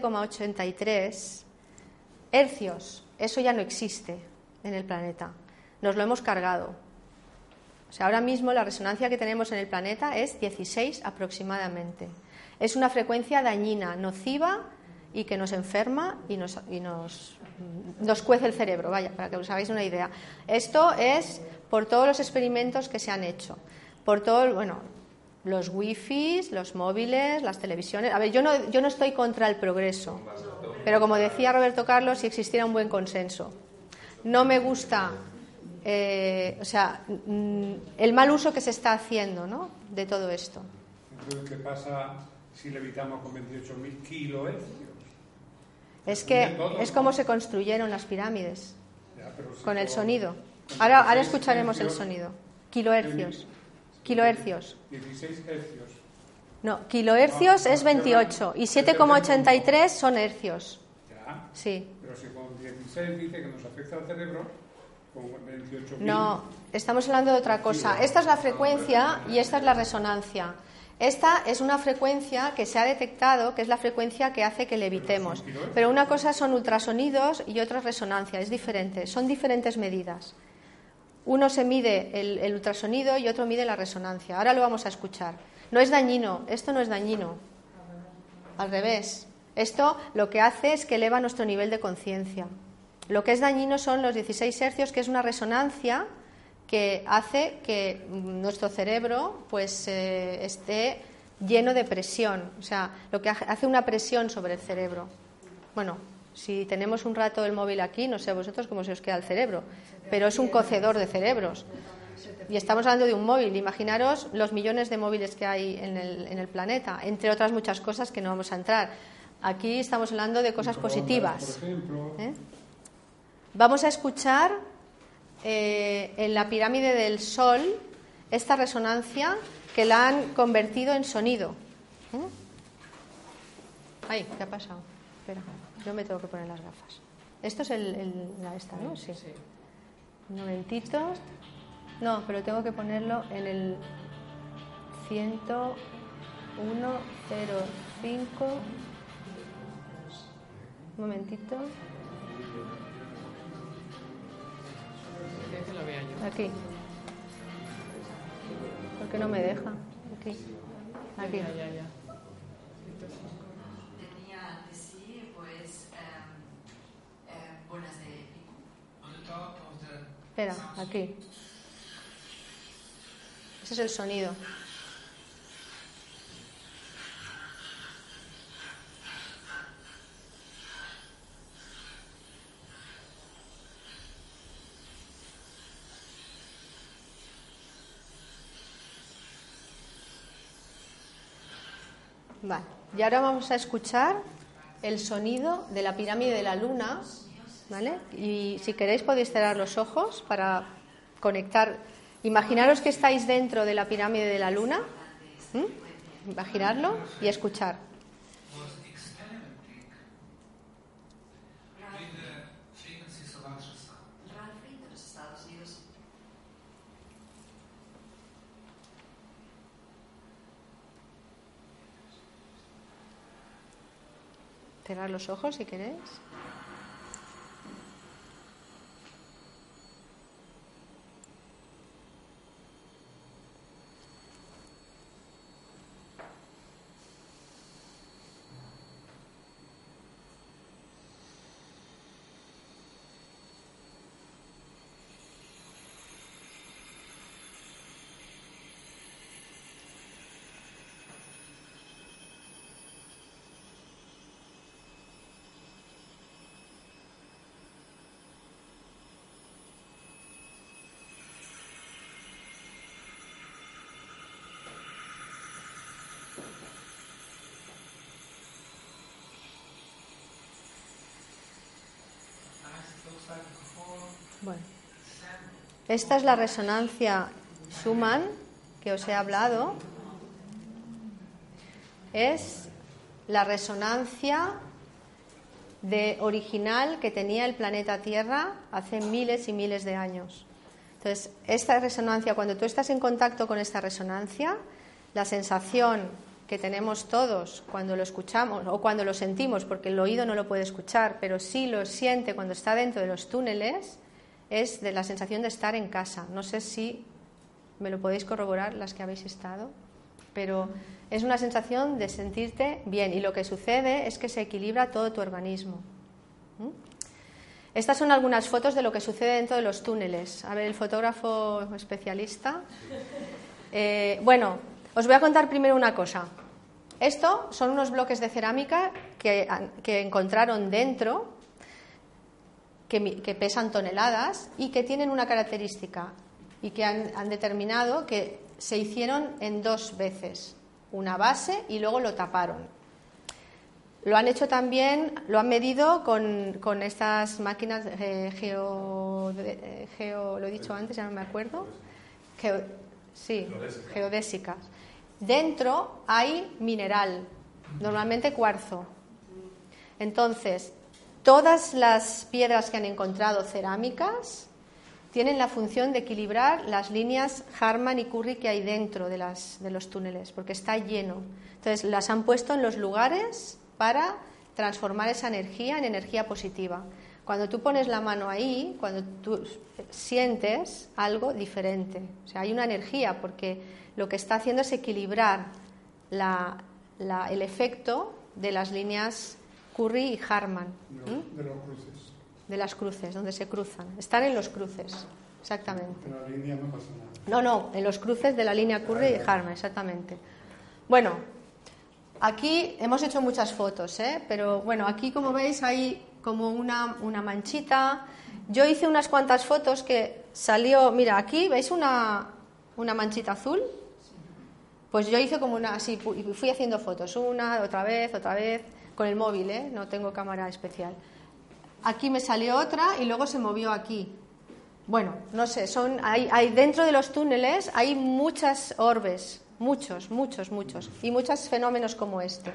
7,83 hercios. Eso ya no existe en el planeta. Nos lo hemos cargado. O sea, ahora mismo la resonancia que tenemos en el planeta es 16 aproximadamente. Es una frecuencia dañina, nociva y que nos enferma y nos cuece el cerebro, vaya, para que os hagáis una idea. Esto es por todos los experimentos que se han hecho, por todo, bueno, los wifis, los móviles, las televisiones. A ver, yo no estoy contra el progreso, pero como decía Roberto Carlos, si existiera un buen consenso. No me gusta, o sea, el mal uso que se está haciendo, ¿no?, de todo esto. Entonces, ¿qué pasa si levitamos con 28.000 kilohercios? Es que es como se construyeron las pirámides, con el sonido. Con Ahora escucharemos el sonido. Kilohercios. 16 hercios. No, kilohercios es 28 y 7,83 son hercios. Ya. Sí. Pero si con 16 dice que nos afecta al cerebro, con 28.000... No, estamos hablando de otra cosa. Esta es la frecuencia y esta es la resonancia. Esta es una frecuencia que se ha detectado, que es la frecuencia que hace que levitemos. Pero una cosa son ultrasonidos y otra resonancia, es diferente. Son diferentes medidas. Uno se mide el ultrasonido y otro mide la resonancia. Ahora lo vamos a escuchar. No es dañino, esto no es dañino. Al revés. Esto lo que hace es que eleva nuestro nivel de conciencia. Lo que es dañino son los 16 hercios, que es una resonancia que hace que nuestro cerebro pues esté lleno de presión, o sea, lo que hace una presión sobre el cerebro. Bueno, si tenemos un rato el móvil aquí, no sé a vosotros cómo se os queda el cerebro, pero es un cocedor de cerebros. Y estamos hablando de un móvil, imaginaros los millones de móviles que hay en el planeta, entre otras muchas cosas que no vamos a entrar. Aquí estamos hablando de cosas positivas. Vamos a escuchar en la pirámide del Sol esta resonancia que la han convertido en sonido. Ay, ¿qué ha pasado? Espera, yo me tengo que poner las gafas. Esto es la esta, ¿no? Sí. Un momentito. No, pero tengo que ponerlo en el 101.05. Un momentito. Aquí. ¿Por qué no me deja? Aquí. Aquí. Tenía antes sí, pues, bolas de pico. Espera, aquí. Ese es el sonido. Vale. Y ahora vamos a escuchar el sonido de la pirámide de la luna, ¿vale? Y si queréis podéis cerrar los ojos para conectar. Imaginaros que estáis dentro de la pirámide de la luna. Imaginarlo y escuchar. Cerrar los ojos si queréis. Bueno, esta es la resonancia Schumann que os he hablado. Es la resonancia original que tenía el planeta Tierra hace miles y miles de años. Entonces, esta resonancia, cuando tú estás en contacto con esta resonancia, la sensación que tenemos todos cuando lo escuchamos o cuando lo sentimos, porque el oído no lo puede escuchar, pero sí lo siente cuando está dentro de los túneles, es de la sensación de estar en casa. No sé si me lo podéis corroborar las que habéis estado, pero es una sensación de sentirte bien y lo que sucede es que se equilibra todo tu organismo. Estas son algunas fotos de lo que sucede dentro de los túneles. A ver, el fotógrafo especialista. Bueno, os voy a contar primero una cosa. Esto son unos bloques de cerámica que encontraron dentro, que pesan toneladas y que tienen una característica y que han determinado que se hicieron en 2 veces, una base y luego lo taparon. Lo han hecho también, lo han medido con estas máquinas lo he dicho antes, ya no me acuerdo, geodésicas. Dentro hay mineral, normalmente cuarzo. Entonces, todas las piedras que han encontrado cerámicas tienen la función de equilibrar las líneas Harman y Curry que hay dentro de los túneles, porque está lleno. Entonces, las han puesto en los lugares para transformar esa energía en energía positiva. Cuando tú pones la mano ahí, cuando tú sientes algo diferente, o sea, hay una energía, porque lo que está haciendo es equilibrar el efecto de las líneas Curry y Harman. De los cruces. De las cruces, donde se cruzan. Están en los cruces, exactamente. En la línea no pasa nada. No, en los cruces de la línea Curry y Harman, exactamente. Bueno, aquí hemos hecho muchas fotos, pero bueno, aquí como veis hay como una manchita. Yo hice unas cuantas fotos que salió, mira, aquí veis una manchita azul. Pues yo hice como una así, y fui haciendo fotos, una, otra vez, con el móvil, no tengo cámara especial. Aquí me salió otra y luego se movió aquí. Bueno, no sé, hay dentro de los túneles hay muchas orbes, muchos, y muchos fenómenos como este.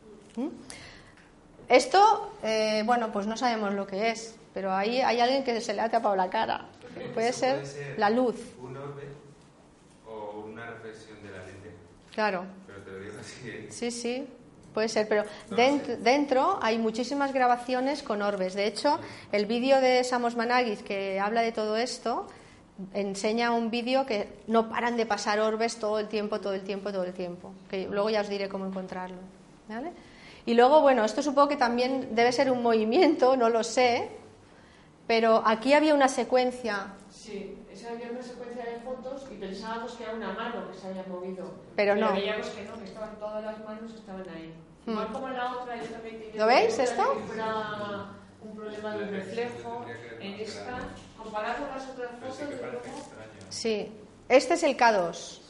Esto, bueno, pues no sabemos lo que es, pero ahí hay alguien que se le ha tapado la cara. Puede ser la luz. Un orbe o una reflexión de la lente. Claro. Pero te lo digo así. Sí, puede ser, pero dentro hay muchísimas grabaciones con orbes. De hecho, el vídeo de Samos Managis que habla de todo esto enseña un vídeo que no paran de pasar orbes todo el tiempo, que luego ya os diré cómo encontrarlo, ¿vale? Y luego, bueno, esto supongo que también debe ser un movimiento, no lo sé, pero aquí había una secuencia. Sí, había una secuencia de fotos y pensábamos que era una mano que se había movido. Pero no. Veíamos que no, que estaban todas las manos estaban ahí. Igual como en la otra, yo también tenía. ¿Lo veis esto? Un problema de un reflejo. En esta, comparado con las otras fotos, Sí, este es el K2.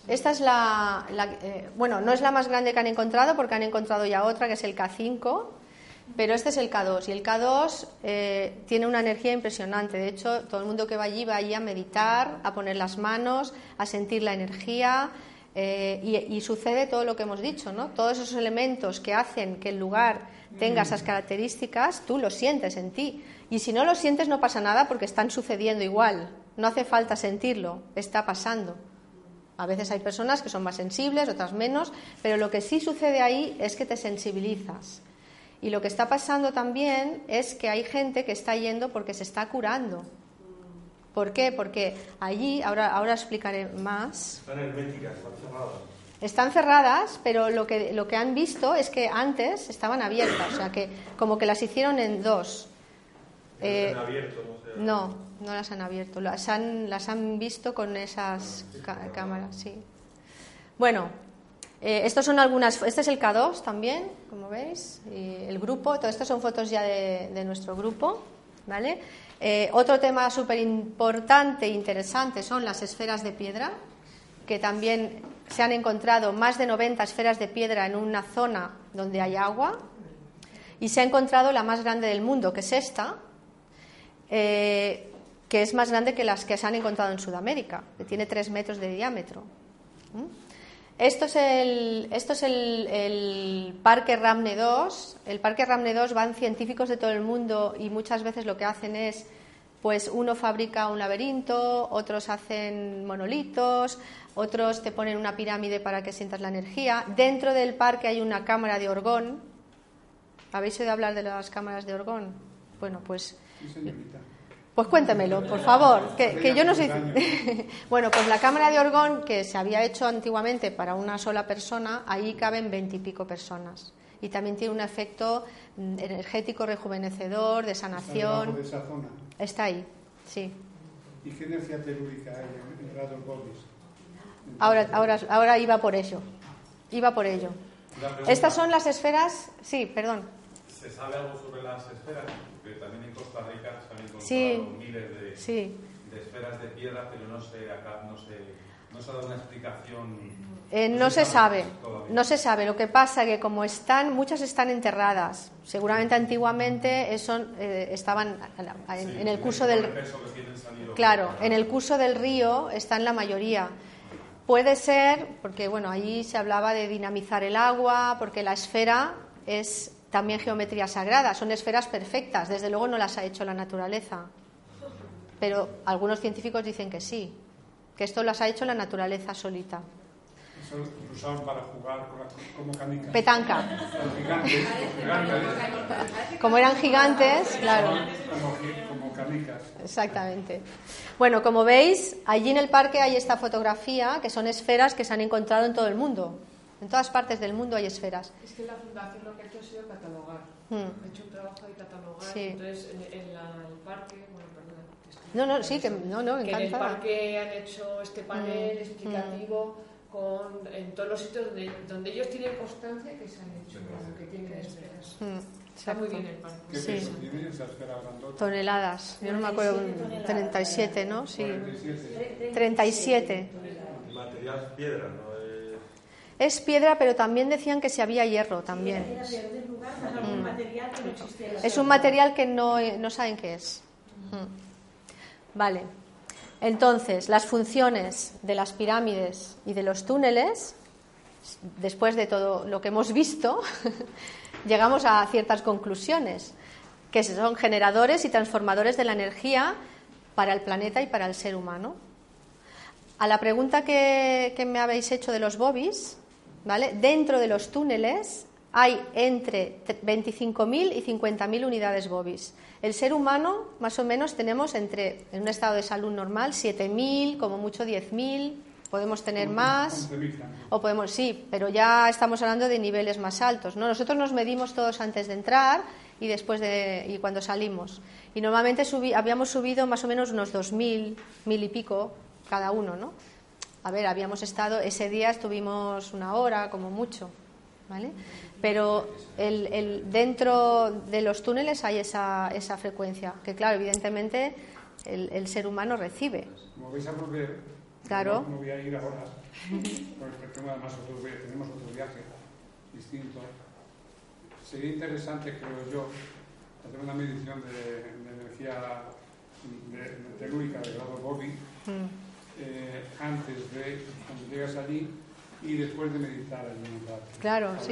Esta es bueno, no es la más grande que han encontrado porque han encontrado ya otra que es el K5, pero este es el K2 y el K2 tiene una energía impresionante. De hecho, todo el mundo que va allí a meditar, a poner las manos, a sentir la energía y sucede todo lo que hemos dicho, ¿no? Todos esos elementos que hacen que el lugar tenga esas características, tú los sientes en ti. Y si no lo sientes no pasa nada porque están sucediendo igual. No hace falta sentirlo, está pasando. A veces hay personas que son más sensibles, otras menos, pero lo que sí sucede ahí es que te sensibilizas. Y lo que está pasando también es que hay gente que está yendo porque se está curando. ¿Por qué? Porque allí, ahora explicaré más. Están herméticas, están cerradas. Están cerradas, pero lo que han visto es que antes estaban abiertas, o sea que como que las hicieron en dos. ¿Las han abierto? No las han abierto, las han visto con esas cámaras, sí. Bueno, estos son algunas. Este es el K2 también, como veis, y el grupo. Todo esto son fotos ya de nuestro grupo, ¿vale? Otro tema súper importante e interesante son las esferas de piedra, que también se han encontrado más de 90 esferas de piedra en una zona donde hay agua, y se ha encontrado la más grande del mundo, que es esta, que es más grande que las que se han encontrado en Sudamérica, que tiene 3 metros de diámetro. Esto es el Parque Ramne 2. El Parque Ramne 2 van científicos de todo el mundo y muchas veces lo que hacen es, pues uno fabrica un laberinto, otros hacen monolitos, otros te ponen una pirámide para que sientas la energía. Dentro del parque hay una cámara de orgón. ¿Habéis oído hablar de las cámaras de orgón? Bueno, pues... Sí, señorita. Pues cuéntemelo, por favor, que yo no sé. Bueno, pues la cámara de orgón que se había hecho antiguamente para una sola persona, ahí caben 20 y pico personas. Y también tiene un efecto energético, rejuvenecedor, de sanación. ¿Está debajo de esa zona? Está ahí, sí. ¿Y qué energía telúrica hay en Radon Bodies? Ahora iba por ello. Estas son las esferas. Sí, perdón. ¿Se sabe algo sobre las esferas? Porque también en Costa Rica se han encontrado miles de esferas de piedra, pero no se ha dado una explicación. No se sabe. Lo que pasa es que como muchas están enterradas. Seguramente antiguamente estaban en el curso del. Claro, en el curso del río están la mayoría. Puede ser, porque bueno, allí se hablaba de dinamizar el agua, porque la esfera es también geometría sagrada, son esferas perfectas, desde luego no las ha hecho la naturaleza, pero algunos científicos dicen que sí, que esto las ha hecho la naturaleza solita. Eso lo usaban para jugar como canicas. Petanca. Gigantes. Como eran gigantes, claro. Como canicas. Exactamente. Bueno, como veis, allí en el parque hay esta fotografía, que son esferas que se han encontrado en todo el mundo. En todas partes del mundo hay esferas. Es que la fundación lo que ha hecho ha sido catalogar. Ha hecho un trabajo de catalogar. Sí. Entonces, en el parque, bueno, perdón. Que en el parque han hecho este panel explicativo en todos los sitios donde ellos tienen constancia que se han hecho, que tienen esferas. Está muy bien el parque. ¿Qué peso tiene esa esfera grandota? Toneladas. Yo no me acuerdo. 37, ¿no? Sí. 37. Material piedra, ¿no? Es piedra, pero también decían que si había hierro también. Es un material que no saben qué es. Vale. Entonces, las funciones de las pirámides y de los túneles, después de todo lo que hemos visto, llegamos a ciertas conclusiones, que son generadores y transformadores de la energía para el planeta y para el ser humano. A la pregunta que me habéis hecho de los bobbies, ¿vale? Dentro de los túneles hay entre 25.000 y 50.000 unidades bobbies. El ser humano, más o menos, tenemos en un estado de salud normal 7.000, como mucho 10.000, podemos tener más, o podemos, sí, pero ya estamos hablando de niveles más altos, ¿no? Nosotros nos medimos todos antes de entrar y después y cuando salimos. Y normalmente habíamos subido más o menos unos 2.000, 1.000 y pico cada uno, ¿no? A ver, ese día estuvimos una hora como mucho, ¿vale? Pero dentro de los túneles hay esa frecuencia, que claro, evidentemente el ser humano recibe. Como vais a volver Claro. No voy a ir ahora, porque tenemos otro viaje distinto. Sería interesante, creo yo, hacer una medición de energía telúrica de grado Bobby antes de cuando llegas allí y después de meditar allí un rato. Claro, sí.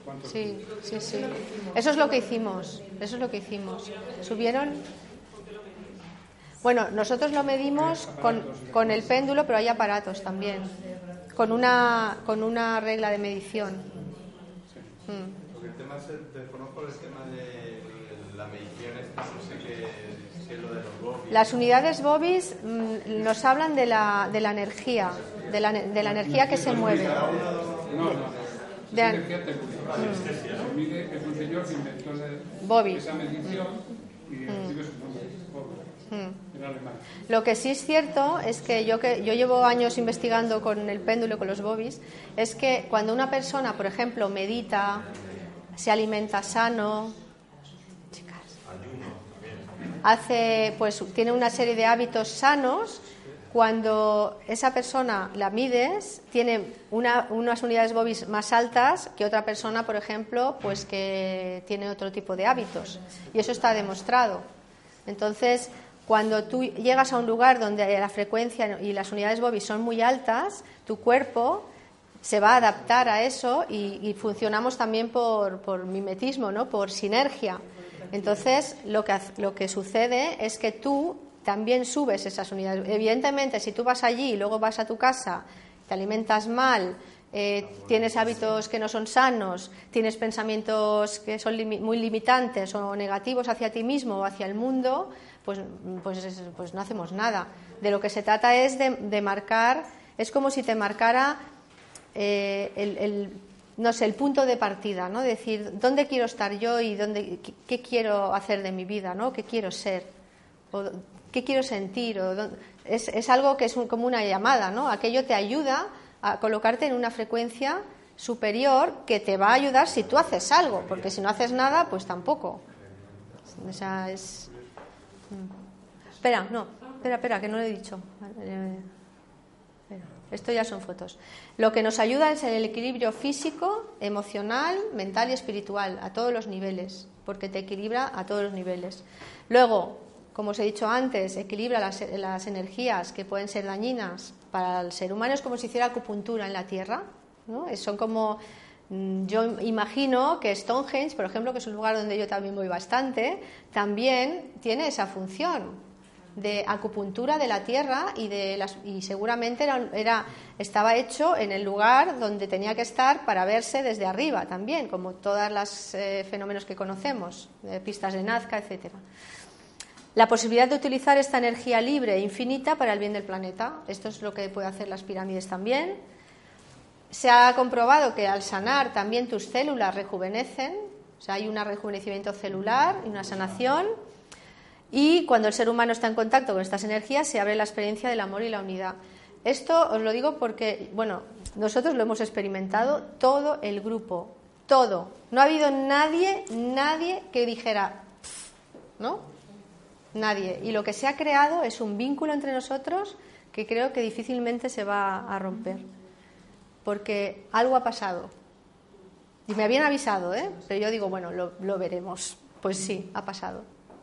Eso es lo que hicimos. Subieron. Bueno, nosotros lo medimos con el péndulo, pero hay aparatos también, con una regla de medición. Porque el tema desconozco el tema de la medición, no sé qué es lo de los bobbies. Las unidades bobbies nos hablan de la energía, de la energía que se mueve. Es energía telúrica. Se mide, es un señor que inventó esa medición y recibe su nombre. En alemán. Lo que sí es cierto es que yo llevo años investigando con el péndulo y con los bobbies, es que cuando una persona, por ejemplo, medita, se alimenta sano, tiene una serie de hábitos sanos, cuando esa persona la mides, tiene unas unidades bobbies más altas que otra persona, por ejemplo, pues que tiene otro tipo de hábitos. Y eso está demostrado. Entonces, cuando tú llegas a un lugar donde la frecuencia y las unidades bobbies son muy altas, tu cuerpo se va a adaptar a eso y funcionamos también por mimetismo, ¿no? Por sinergia. Entonces, lo que sucede es que tú también subes esas unidades. Evidentemente, si tú vas allí y luego vas a tu casa, te alimentas mal, tienes hábitos que no son sanos, tienes pensamientos que son muy limitantes o negativos hacia ti mismo o hacia el mundo, pues no hacemos nada. De lo que se trata es de marcar, es como si te marcara el punto de partida, ¿no? Decir, ¿dónde quiero estar yo y qué quiero hacer de mi vida, ¿no? ¿Qué quiero ser? O ¿qué quiero sentir? Es algo que es como una llamada, ¿no? Aquello te ayuda a colocarte en una frecuencia superior que te va a ayudar si tú haces algo, porque si no haces nada, pues tampoco. O sea, es... Espera, que no lo he dicho. Esto ya son fotos. Lo que nos ayuda es el equilibrio físico, emocional, mental y espiritual, a todos los niveles, porque te equilibra a todos los niveles. Luego, como os he dicho antes, equilibra las energías que pueden ser dañinas para el ser humano. Es como si hiciera acupuntura en la tierra, ¿no? Son como... Yo imagino que Stonehenge, por ejemplo, que es un lugar donde yo también voy bastante, también tiene esa función de acupuntura de la tierra y seguramente estaba hecho en el lugar donde tenía que estar para verse desde arriba también, como todos los fenómenos que conocemos, pistas de Nazca, etcétera. La posibilidad de utilizar esta energía libre e infinita para el bien del planeta. Esto es lo que pueden hacer las pirámides también. Se ha comprobado que al sanar también tus células rejuvenecen, o sea, hay un rejuvenecimiento celular y una sanación. Y cuando el ser humano está en contacto con estas energías, se abre la experiencia del amor y la unidad. Esto os lo digo porque, bueno, nosotros lo hemos experimentado, todo el grupo, todo. No ha habido nadie que dijera, ¿no? Nadie. Y lo que se ha creado es un vínculo entre nosotros que creo que difícilmente se va a romper. Porque algo ha pasado. Y me habían avisado, pero yo digo, bueno, lo veremos. Pues sí, ha pasado.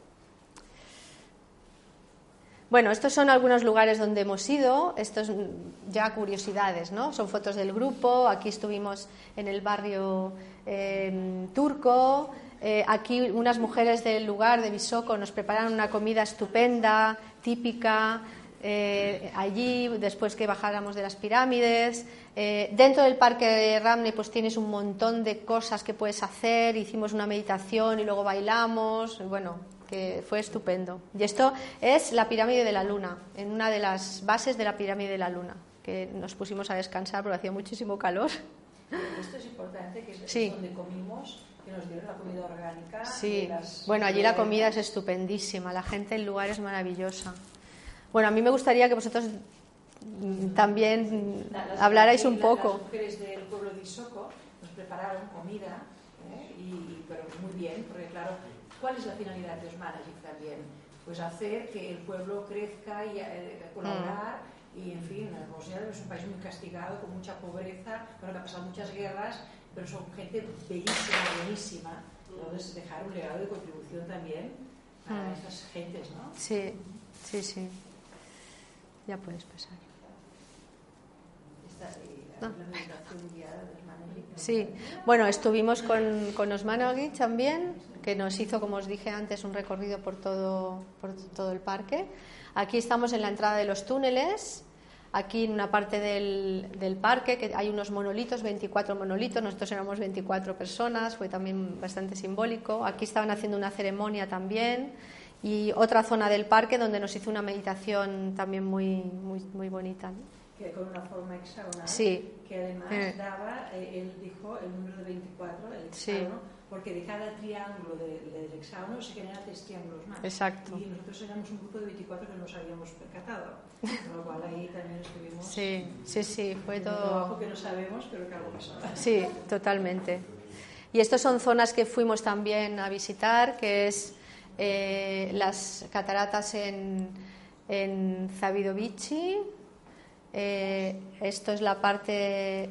Bueno, estos son algunos lugares donde hemos ido. Estos ya curiosidades, ¿no? Son fotos del grupo. Aquí estuvimos en el barrio turco. Aquí unas mujeres del lugar de Visoko nos preparan una comida estupenda, típica. Allí, después que bajáramos de las pirámides. Dentro del parque de Ramney pues tienes un montón de cosas que puedes hacer. Hicimos una meditación y luego bailamos. Bueno, que fue estupendo. Y esto es la pirámide de la Luna, en una de las bases de la pirámide de la Luna, que nos pusimos a descansar porque hacía muchísimo calor. Esto es importante, que es sí. Donde comimos, que nos dieron la comida orgánica. Sí, bueno, allí la comida es estupendísima, la gente del lugar es maravillosa. Bueno, a mí me gustaría que vosotros también hablarais un poco. Las mujeres del pueblo de Visoko nos prepararon comida, pero muy bien, porque claro, ¿cuál es la finalidad de los managers también? Pues hacer que el pueblo crezca y colaborar Y en fin, Bosnia es un país muy castigado, con mucha pobreza, bueno, que ha pasado muchas guerras, pero son gente bellísima, buenísima. Entonces, dejar un legado de contribución también a estas gentes, ¿no? Sí, sí, sí. Ya puedes pasar. La meditación guiada de Osmanagic. Sí, bueno, estuvimos con Osmanagic también, que nos hizo, como os dije antes, un recorrido por todo el parque. Aquí estamos en la entrada de los túneles. Aquí en una parte del parque que hay unos monolitos, 24 monolitos, nosotros éramos 24 personas, fue también bastante simbólico. Aquí estaban haciendo una ceremonia también y otra zona del parque donde nos hizo una meditación también muy bonita, ¿no? Que con una forma hexagonal, sí. Que además daba, él dijo el número de 24, el hexágono, sí. Porque de cada triángulo del hexágono se generan 3 triángulos más. Exacto. Y nosotros éramos un grupo de 24 que no nos habíamos percatado. Con lo cual ahí también estuvimos. Sí, fue todo. Un trabajo que no sabemos, pero que algo pasó. Sí, totalmente. Y estas son zonas que fuimos también a visitar, que es las cataratas en Zavidovici. Esto es la parte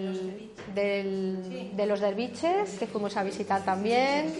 de los derviches que fuimos a visitar también.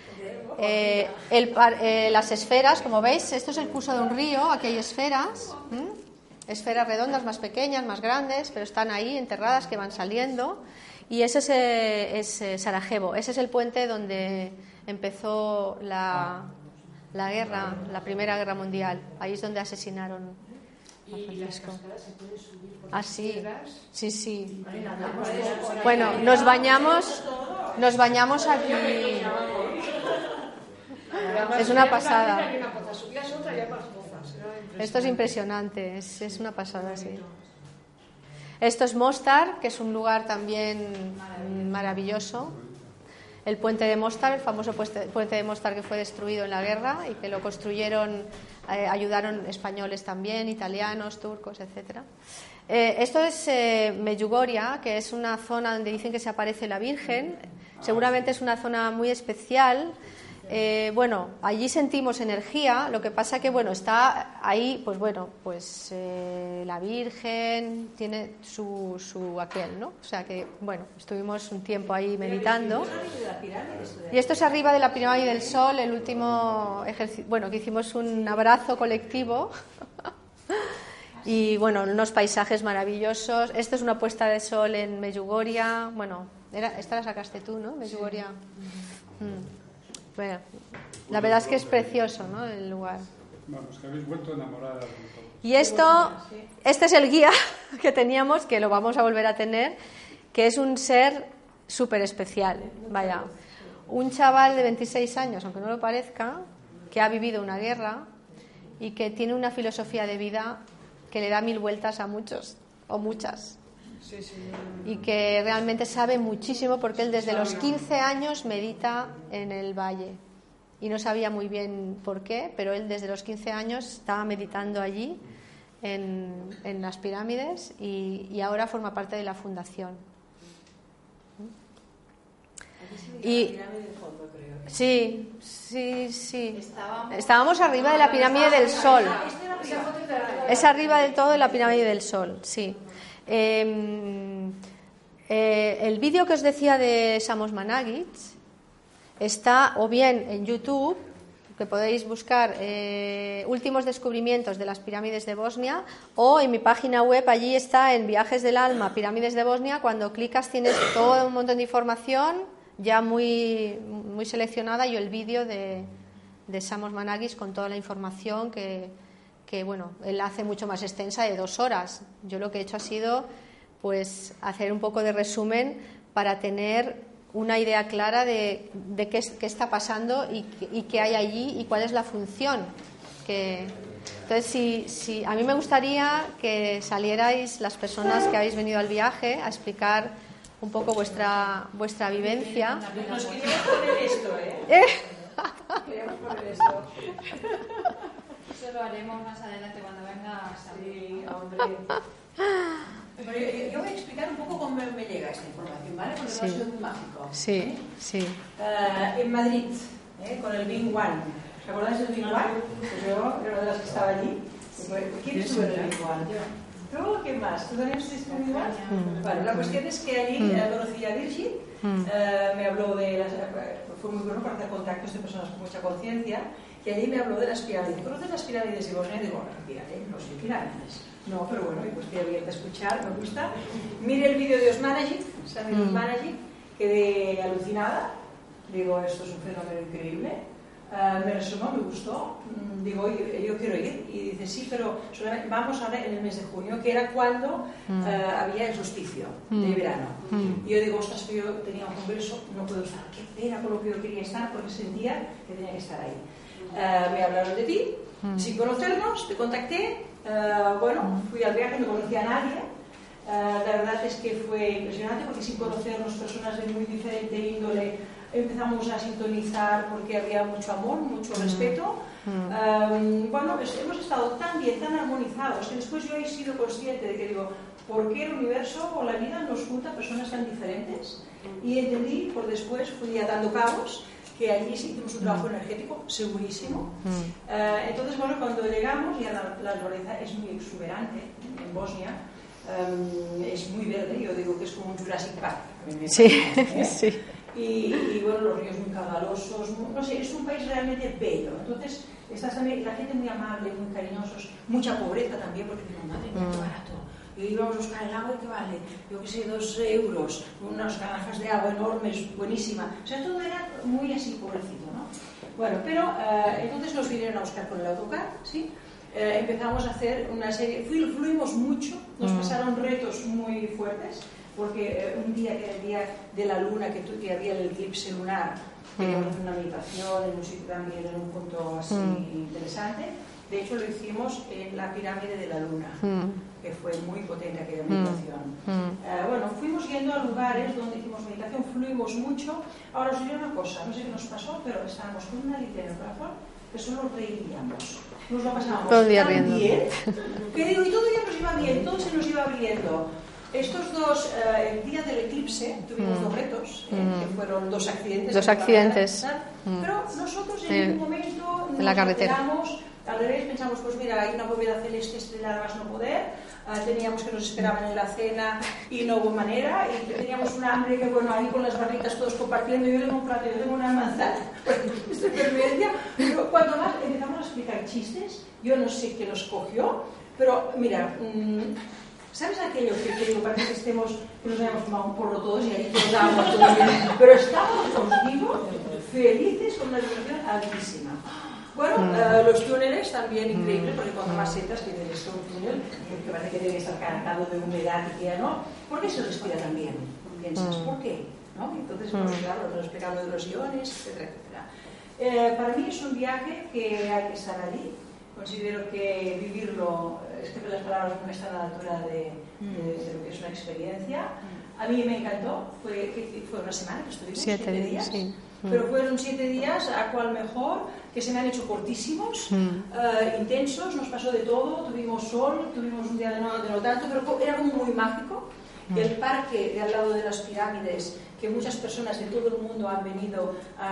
Las esferas, como veis, esto es el curso de un río. Aquí hay esferas, esferas redondas, más pequeñas, más grandes, pero están ahí enterradas que van saliendo. Y ese es Sarajevo. Ese es el puente donde empezó la guerra, la Primera Guerra Mundial. Ahí es donde asesinaron. ¿Y las cascadas se pueden subir por las piedras? Sí. Bueno, nos bañamos aquí. Es una pasada. Esto es impresionante, es una pasada, sí. Esto es Mostar, que es un lugar también maravilloso. El puente de Mostar, el famoso puente de Mostar que fue destruido en la guerra y que lo construyeron, ayudaron españoles también, italianos, turcos, etcétera. Esto es Medjugorje, que es una zona donde dicen que se aparece la Virgen. Seguramente es una zona muy especial. Bueno, allí sentimos energía, lo que pasa que está ahí, la Virgen tiene su aquel, ¿no? O sea que, estuvimos un tiempo ahí meditando. Y esto es arriba de la pirámide del Sol, el último ejercicio, que hicimos un abrazo colectivo. Y unos paisajes maravillosos. Esto es una puesta de sol en Medjugorje. Esta la sacaste tú, ¿no? Medjugorje. Bueno, la verdad es que es precioso, ¿no? El lugar. Vamos, que habéis vuelto enamoradas. Y este es el guía que teníamos, que lo vamos a volver a tener, que es un ser súper especial. Vaya, un chaval de 26 años, aunque no lo parezca, que ha vivido una guerra y que tiene una filosofía de vida que le da 1000 vueltas a muchos o muchas. Sí. Y que realmente sabe muchísimo porque él desde los 15 años medita en el valle y no sabía muy bien por qué, pero él desde los 15 años estaba meditando allí en las pirámides y ahora forma parte de la fundación. Y sí. Estábamos arriba de la pirámide del Sol. Es arriba del todo de la pirámide del Sol, sí. El vídeo que os decía de Samos Managic está o bien en YouTube, que podéis buscar últimos descubrimientos de las pirámides de Bosnia, o en mi página web, allí está en Viajes del Alma, Pirámides de Bosnia. Cuando clicas tienes todo un montón de información ya muy seleccionada y el vídeo de Samos Managic con toda la información que él hace mucho más extensa, de 2 horas. Yo lo que he hecho ha sido hacer un poco de resumen para tener una idea clara de qué está pasando y qué hay allí y cuál es la función. Entonces, si a mí me gustaría que salierais las personas que habéis venido al viaje a explicar un poco vuestra vivencia. Nos queríamos poner esto, Queríamos poner esto. Eso lo haremos más adelante cuando venga a salir. Sí, hombre. Pero yo voy a explicar un poco cómo me llega esta información, ¿vale? Porque no ha sido muy mágico. Sí. En Madrid, con el Bing One. ¿Os acordáis del Bing One? Pues yo era una de las que estaba allí. ¿Quién estuvo en el Bing One? Luego, ¿qué más? ¿Tú también estás igual? Bueno, la cuestión es que allí conocí a Virgin, me habló de las... Fue muy bueno para hacer contactos de personas con mucha conciencia, y allí me habló de las pirámides. ¿Conoces las pirámides de Bosnia? Digo, no sé pirámides. No, pero bueno, pues estoy abierta a escuchar, me gusta. Mire el vídeo de Osmanagic, ¿sabes Osmanagic? Quedé alucinada. Digo, esto es un fenómeno increíble. Me resonó, me gustó. Digo, yo quiero ir. Y dice, sí, pero solamente vamos ahora en el mes de junio, que era cuando había el solsticio de verano. Y yo digo, ostras, yo tenía un congreso, no puedo estar. Qué pena con lo que yo quería estar, porque sentía que tenía que estar ahí. Me hablaron de ti, sin conocernos, te contacté. Bueno, fui al viaje, no conocía a nadie. La verdad es que fue impresionante, porque sin conocernos, personas de muy diferente índole, empezamos a sintonizar porque había mucho amor, mucho respeto. Bueno, hemos estado tan bien, tan armonizados, que después yo he sido consciente de que digo, ¿por qué el universo o la vida nos junta personas tan diferentes? Y entendí, por después fui dando cabos, que allí sí hicimos un trabajo energético segurísimo. Entonces, bueno, cuando llegamos, ya la naturaleza es muy exuberante en Bosnia, es muy verde, yo digo que es como un Jurassic Park. Sí, sí. Y bueno, los ríos muy caudalosos, no sé, es un país realmente bello. Entonces, estás también, la gente muy amable, muy cariñosos, mucha pobreza también, porque digo, madre mía, qué barato. Y íbamos a buscar el agua, ¿qué vale? Yo qué sé, 2 euros, unas garrafas de agua enormes, buenísima. O sea, todo era muy así, pobrecito, ¿no? Bueno, pero entonces nos vinieron a buscar con el autocar, ¿sí? Empezamos a hacer una serie, fluimos mucho, nos pasaron retos muy fuertes, porque un día que era el día de la luna, que había el eclipse lunar, teníamos una meditación en un sitio también, en un punto así interesante. De hecho, lo hicimos en la pirámide de la luna, que fue muy potente aquella meditación. Bueno, fuimos yendo a lugares donde hicimos meditación, fluimos mucho. Ahora os diré una cosa, no sé qué nos pasó, pero estábamos con una litera en el corazón que solo reiríamos. Nos lo pasábamos todo el día tan riendo. Bien, que digo, y todo ya nos iba bien, todo se nos iba abriendo. Estos dos, el día del eclipse, tuvimos 2 retos, que fueron 2 accidentes. 2 accidentes. Pero nosotros en un momento en la carretera. Al revés, pensamos, pues mira, hay una bóveda celeste estrellada más no poder, teníamos que nos esperaban en la cena y no hubo manera, y teníamos un hambre que, bueno, ahí con las barritas todos compartiendo, yo tengo un plato, yo tengo una manzana, es supervivencia, pero cuando más empezamos a explicar chistes, yo no sé qué nos cogió, pero mira, ¿sabes aquello que digo, parece que estemos, que nos hayamos fumado un porro todos y ahí todos dábamos todo bien, pero estábamos contigo, felices, con una vibración altísima. Bueno, los túneles también increíbles, porque cuando más entras que debe ser un túnel, que parece que debe estar cargado de humedad y que no. ¿Por qué se respira tan bien? Piensas, ¿por qué? ¿No? Entonces, pues, claro, nos explicando de los iones, etcétera, etcétera. Para mí es un viaje que hay que estar allí. Considero que vivirlo, es que las palabras no están a la altura de lo que es una experiencia. A mí me encantó, fue una semana que estuvimos, 7 días. Sí. Pero fueron 7 días, a cual mejor, que se me han hecho cortísimos, intensos, nos pasó de todo, tuvimos sol, tuvimos un día de no tanto, pero era como muy mágico. El parque de al lado de las pirámides, que muchas personas de todo el mundo han venido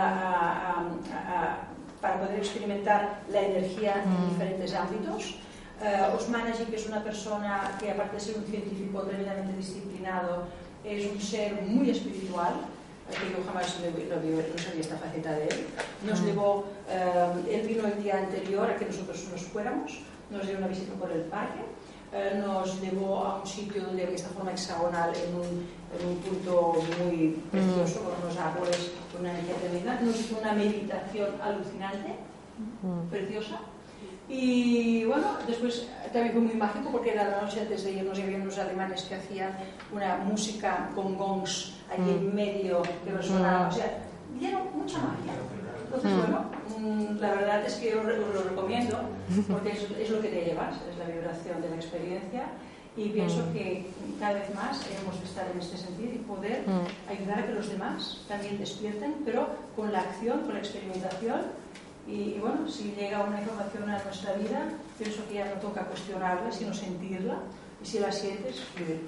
para poder experimentar la energía en diferentes ámbitos. Osmanagic, que es una persona que, aparte de ser un científico tremendamente disciplinado, es un ser muy espiritual, que yo jamás no sabía esta faceta de él. Nos llevó, él vino el día anterior a que nosotros nos fuéramos, nos dio una visita por el parque, nos llevó a un sitio donde había esta forma hexagonal en un punto muy precioso, con unos árboles, con una energía tremenda. Nos hizo una meditación alucinante, preciosa. Y bueno, después también fue muy mágico porque era la noche antes de irnos y había unos alemanes que hacían una música con gongs allí en medio que resonaba, o sea, dieron mucha magia. Entonces, bueno, la verdad es que yo lo recomiendo porque es lo que te llevas, es la vibración de la experiencia, y pienso que cada vez más debemos estar en este sentido y poder ayudar a que los demás también despierten, pero con la acción, con la experimentación. Y bueno, si llega una información a nuestra vida, pienso que ya no toca cuestionarla, sino sentirla, y si la sientes, fluir.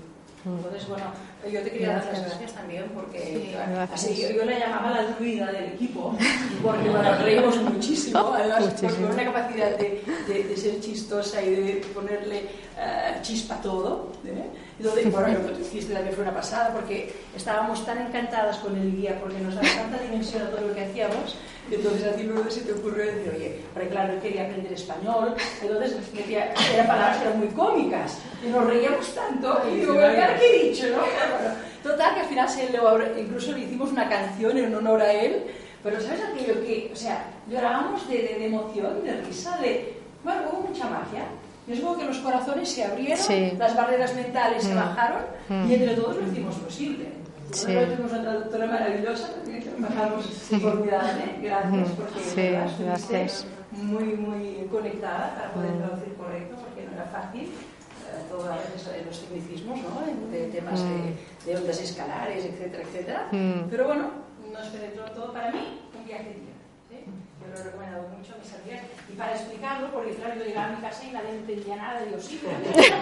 Entonces, bueno, yo te quería dar las gracias también porque así, yo la llamaba la druida del equipo porque bueno, reímos muchísimo, además porque con una capacidad de ser chistosa y de ponerle chispa a todo. Entonces, bueno, lo que tú hiciste también fue una pasada porque estábamos tan encantadas con el guía porque nos daba tanta dimensión a todo lo que hacíamos. Entonces a ti luego se te ocurrió decir, oye, porque claro, él quería aprender español, entonces decía, eran palabras que eran muy cómicas y nos reíamos tanto y digo, bueno, ¿qué he dicho, no? Bueno, total, que al final incluso le hicimos una canción en honor a él, pero ¿sabes aquello que, o sea, llorábamos de emoción, de risa, bueno, hubo mucha magia. Es como que los corazones se abrieron, las barreras mentales se bajaron y entre todos lo hicimos posible. Nosotros tuvimos una traductora maravillosa también que bajamos formidable, gracias porque estuviste muy conectada para poder traducir correcto porque no era fácil todo a veces los tecnicismos, ¿no? De temas de ondas escalares, etcétera, etcétera. Pero bueno, nos penetró todo para mí un viaje de tierra. Yo lo he recomendado mucho a mis amigas y para explicarlo, porque claro, yo llegaba a mi casa y nadie entendía nada, digo, sí, pero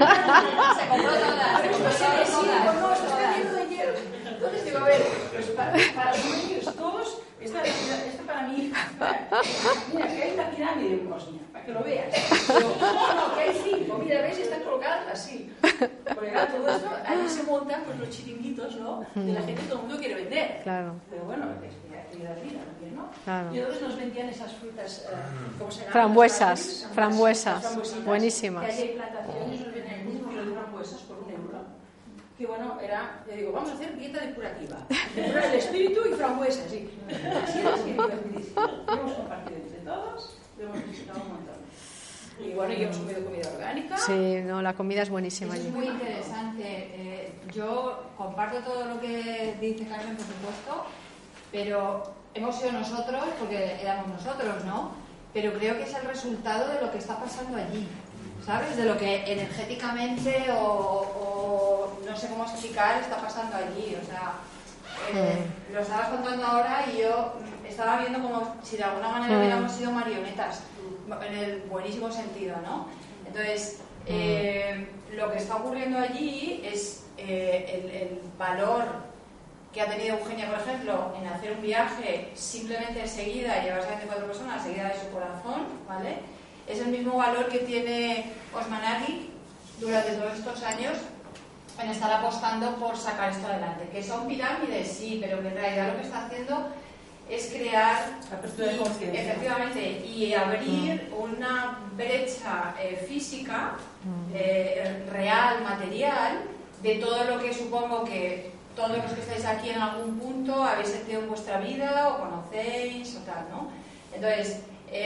se compró todas, no, está lleno de hielo. Entonces digo, a ver, pues para los niños todos, esta para mí, mira, que hay la pirámide de Bosnia, para que lo veas. Digo, no, que hay 5, mira, ¿ves? Están colocadas así. Porque claro, todo esto, ahí se montan pues, los chiringuitos, ¿no? De la gente que todo el mundo quiere vender. Claro. Pero bueno, actividad vida también, ¿no? Claro. Y entonces nos vendían esas frutas, ¿cómo se llama? Frambuesas, buenísimas. Que hay plantaciones, nos vendían unos frambuesas por €1. Que bueno, era, yo digo, vamos a hacer dieta depurativa. Depurar el espíritu y frambuesas, sí. Así es que divertidísimo. Lo hemos compartido entre todos, lo hemos disfrutado un montón. Y bueno, y hemos comido comida orgánica. Sí, no, la comida es buenísima allí. Es muy interesante. Yo comparto todo lo que dice Carmen, por supuesto, pero hemos sido nosotros, porque éramos nosotros, ¿no? Pero creo que es el resultado de lo que está pasando allí, ¿sabes? De lo que energéticamente o no sé cómo explicar está pasando allí. O sea, lo estabas contando ahora y yo estaba viendo como si de alguna manera hubiéramos sido marionetas, en el buenísimo sentido, ¿no? Entonces, lo que está ocurriendo allí es el valor que ha tenido Eugenia, por ejemplo, en hacer un viaje simplemente seguida y llevarse a 24 personas seguida de su corazón, ¿vale? Es el mismo valor que tiene Osmanagui durante todos estos años en estar apostando por sacar esto adelante. Que son pirámides, sí, pero que en realidad lo que está haciendo es crear efectivamente y abrir una brecha física, real, material, de todo lo que supongo que todos los que estáis aquí en algún punto habéis sentido en vuestra vida o conocéis o tal, ¿no? Entonces,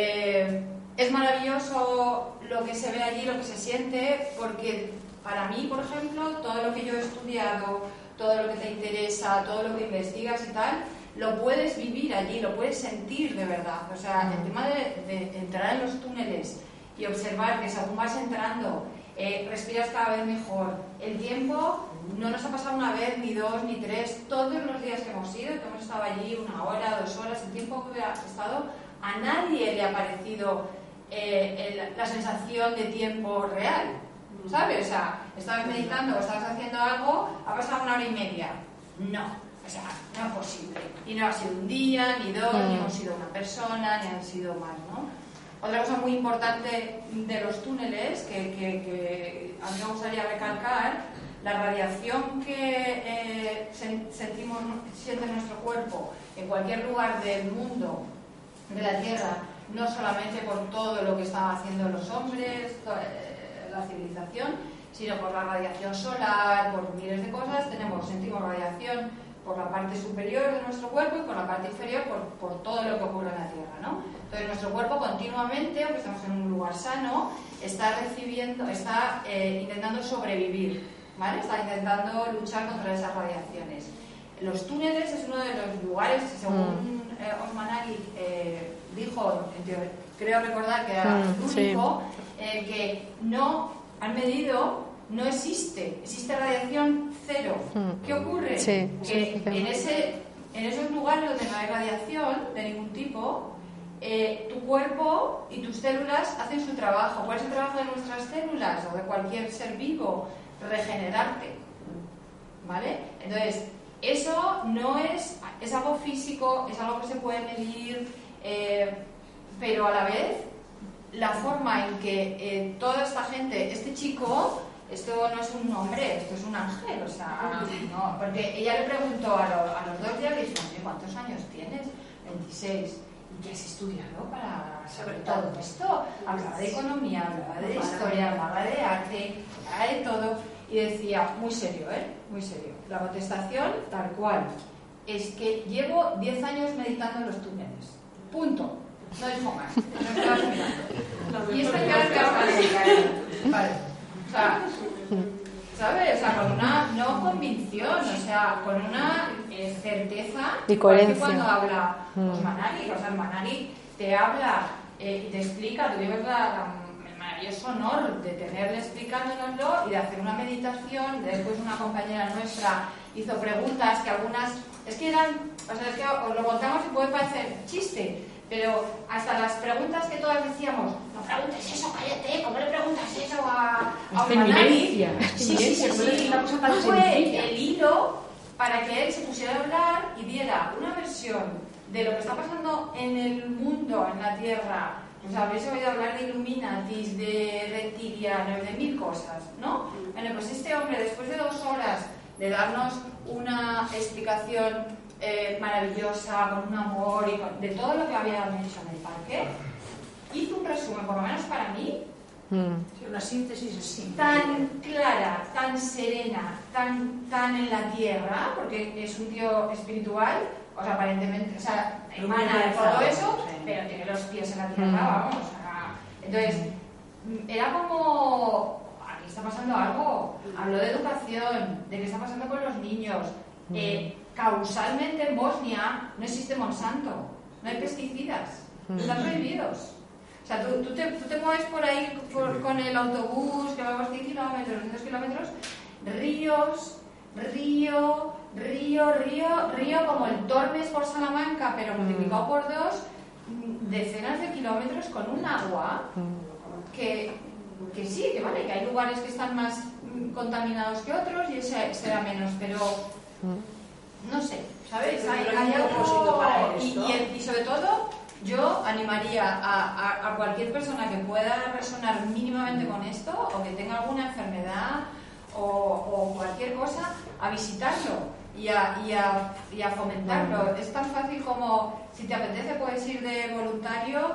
es maravilloso lo que se ve allí, lo que se siente, porque para mí, por ejemplo, todo lo que yo he estudiado, todo lo que te interesa, todo lo que investigas y tal, lo puedes vivir allí, lo puedes sentir de verdad. O sea, el tema de entrar en los túneles y observar que según vas entrando, respiras cada vez mejor. El tiempo no nos ha pasado una vez, ni 2, ni 3. Todos los días que hemos ido, que hemos estado allí 1 hora, 2 horas, el tiempo que ha estado, a nadie le ha parecido la sensación de tiempo real, ¿sabes? O sea, estabas meditando o estabas haciendo algo, ha pasado 1 hora y media. No. O sea, no es posible. Y no ha sido un día, ni 2, ni hemos sido una persona, ni han sido más, ¿no? Otra cosa muy importante de los túneles, que a mí me gustaría recalcar, la radiación que siente nuestro cuerpo en cualquier lugar del mundo, de la Tierra, no solamente por todo lo que están haciendo los hombres, la civilización, sino por la radiación solar, por miles de cosas, sentimos radiación por la parte superior de nuestro cuerpo y por la parte inferior por todo lo que ocurre en la Tierra, ¿no? Entonces nuestro cuerpo continuamente, aunque estamos en un lugar sano, está intentando sobrevivir, ¿vale? Está intentando luchar contra esas radiaciones. Los túneles es uno de los lugares, según Osmanagui dijo, creo recordar que era el único, en el que no han medido. No existe radiación cero. ¿Qué ocurre? Que en esos lugares donde no hay radiación de ningún tipo, tu cuerpo y tus células hacen su trabajo. ¿Cuál es el trabajo de nuestras células o de cualquier ser vivo? Regenerarte. ¿vale? Entonces, eso no es algo físico, es algo que se puede medir, pero a la vez, la forma en que toda esta gente, este chico, esto no es un hombre, esto es un ángel, o sea, no, porque ella le preguntó a los 2 días, le dijo, ¿cuántos años tienes? 26. ¿Y qué has estudiado para saber todo esto? Hablaba de economía, hablaba de historia, hablaba de arte, hablaba de todo, y decía, muy serio, muy serio, la contestación tal cual, es que llevo 10 años meditando en los túneles, punto. No dijo más, no estaba mirando. Y esta cara te va a dedicar. Vale. O sea, ¿sabes? O sea, con una no convicción, o sea, con una certeza. Y coherencia. Cuando habla Managui, o sea, Managui te habla y te explica, tuvimos el maravilloso honor de tenerle explicándonoslo y de hacer una meditación. Después una compañera nuestra hizo preguntas que algunas, es que eran, o sea, es que os lo contamos y puede parecer chiste. Pero hasta las preguntas que todas decíamos, no preguntes eso, cállate, ¿cómo le preguntas eso a Managui? Sí. Fue el hilo para que él se pusiera a hablar y diera una versión de lo que está pasando en el mundo, en la Tierra. Pues habéis oído hablar de Illuminatis, de reptilianos, de 1000 cosas, ¿no? Bueno, pues este hombre, después de 2 horas de darnos una explicación maravillosa, con un amor y de todo lo que habían hecho en el parque, hizo un resumen, por lo menos para mí, una síntesis así, tan clara, tan serena, tan en la tierra, porque es un tío espiritual, o sea, aparentemente, o sea, emana de todo eso, pero tiene los pies en la tierra, vamos, o sea, entonces, era como, aquí está pasando algo, habló de educación, de qué está pasando con los niños, causalmente en Bosnia no existe Monsanto, no hay pesticidas, están prohibidos. O sea, tú te mueves por ahí con el autobús que va a 100 kilómetros, 200 kilómetros, río como el Tormes por Salamanca, pero multiplicado por 2, decenas de kilómetros con un agua que sí, que vale, que hay lugares que están más contaminados que otros y ese será menos, pero no sé, ¿sabes? Hay algo y sobre todo yo animaría a cualquier persona que pueda resonar mínimamente con esto o que tenga alguna enfermedad o cualquier cosa a visitarlo y a fomentarlo. Es tan fácil como si te apetece puedes ir de voluntario.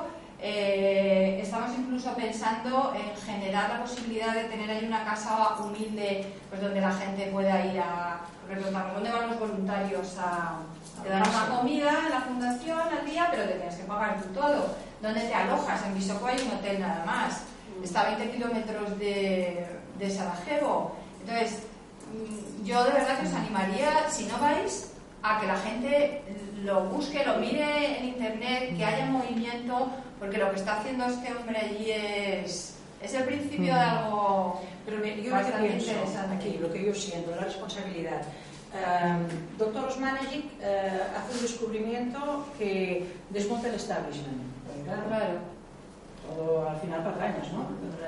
Estamos incluso pensando en generar la posibilidad de tener ahí una casa humilde, pues donde la gente pueda ir a reclutar. ¿Dónde van los voluntarios te dan una comida en la fundación al día, pero te tienes que pagar tú todo? ¿Dónde te alojas? En Visoko hay un hotel nada más. Está a 20 kilómetros de Sarajevo. Entonces, yo de verdad que os animaría, si no vais, a que la gente lo busque, lo mire en internet, que haya movimiento, porque lo que está haciendo este hombre allí es el principio de algo. Pero yo bastante pienso interesante. aquí, lo que yo siento, la responsabilidad. Doctor Osmanagic hace un descubrimiento que desmonta el establishment. Claro. Todo al final patrañas, ¿no?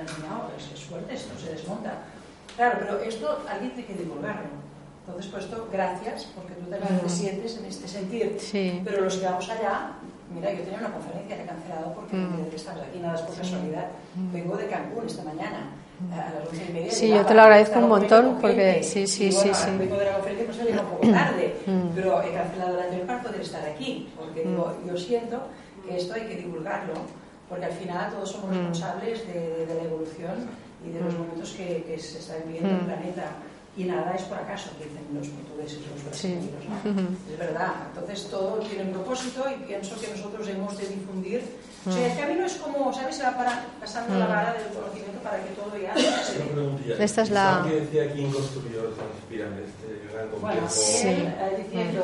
Es fuerte esto, se desmonta. Claro, pero esto alguien tiene que divulgarlo. Entonces, pues esto, gracias, porque tú te sientes en este sentido. Sí. Pero los que vamos allá, mira, yo tenía una conferencia que he cancelado porque estamos aquí, nada es por casualidad. Vengo de Cancún esta mañana. A las 11:30. Sí, yo te lo agradezco un montón porque sí. Vengo de la conferencia, pues he venido un poco tarde, pero he cancelado el anterior para poder estar aquí, porque digo, yo siento que esto hay que divulgarlo, porque al final todos somos responsables de la evolución y de los momentos que se están viviendo en el planeta. Y nada es por acaso, que dicen los portugueses y los brasileños, ¿no? Es verdad. Entonces todo tiene un propósito y pienso que nosotros hemos de difundir. O sea, el camino es como, ¿sabes? Se va pasando la vara del conocimiento para que todo ya se ve. Esta es la... ¿Alguien decía quién construyó las pirámides? Este gran complejo. Bueno, diciendo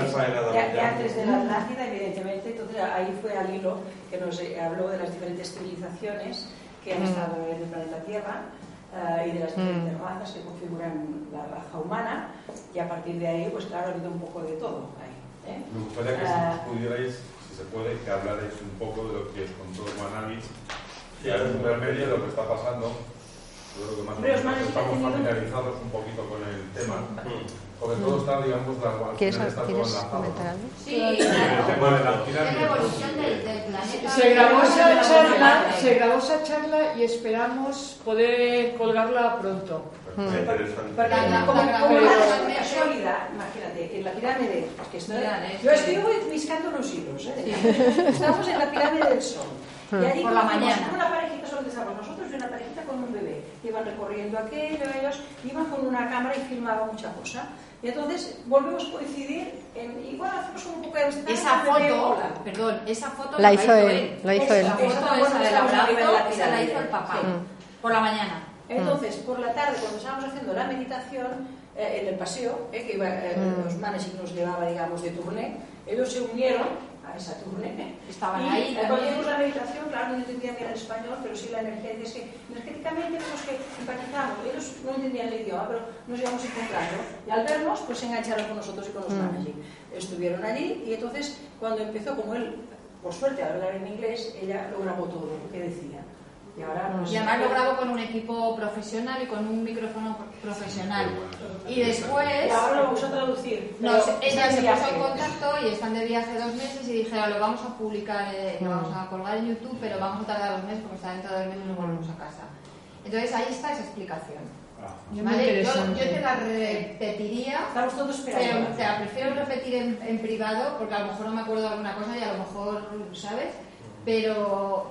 que antes de la Atlántida, evidentemente, entonces ahí fue al hilo que nos habló de las diferentes civilizaciones que han estado en el planeta Tierra. Y de las diferentes razas que configuran la raza humana, y a partir de ahí, pues claro, ha habido un poco de todo ahí. Me gustaría que si pudierais, si se puede, que hablarais un poco de lo que os contó Managui, que es un remedio de lo que está pasando, Yo creo que más o menos estamos familiarizados un poquito con el tema, porque todo está, digamos, ¿Quieres comentar algo? Sí, la evolución del planeta. Se grabó esa charla y esperamos poder colgarla pronto. Como una sólida, imagínate, en la pirámide, yo estoy miscando los hilos, estamos en la pirámide del Sol. Y allí por la mañana. Una parejita, solo estábamos nosotros y una parejita con un bebé. Iban recorriendo aquello, ellos iban con una cámara y filmaban mucha cosa. Y entonces volvemos a coincidir y bueno, hacemos un poco de esa foto, perdón, esa foto la hizo él. La foto esa del abrazo, esa la hizo el papá, por la mañana. Entonces, por la tarde, cuando estábamos haciendo la meditación, en el paseo, que iba, los manes nos llevaba, digamos, de turné, ellos se unieron a esa turné. Estaban y ahí. Cuando hicimos la meditación, claro, no entendían bien el español, pero sí la energía. Es que energéticamente vemos que empatizamos. Ellos no entendían el idioma, pero nos íbamos encontrando. Y al vernos, pues se engancharon con nosotros y con los manes. Estuvieron allí y entonces, cuando empezó, como él, por suerte, a hablar en inglés, ella lo grabó todo lo que decía. Y además lo grabo con un equipo profesional y con un micrófono profesional. Y después... Y ahora lo vamos a traducir. Ella se puso en contacto y están de viaje 2 meses y dije, lo vamos a publicar, lo vamos a colgar en YouTube, pero vamos a tardar 2 meses porque está dentro de 2 meses y nos volvemos a casa. Entonces ahí está esa explicación. ¿Vale? Yo te la repetiría, estamos todos esperando, pero te la prefiero repetir en privado porque a lo mejor no me acuerdo de alguna cosa y a lo mejor, ¿sabes? Pero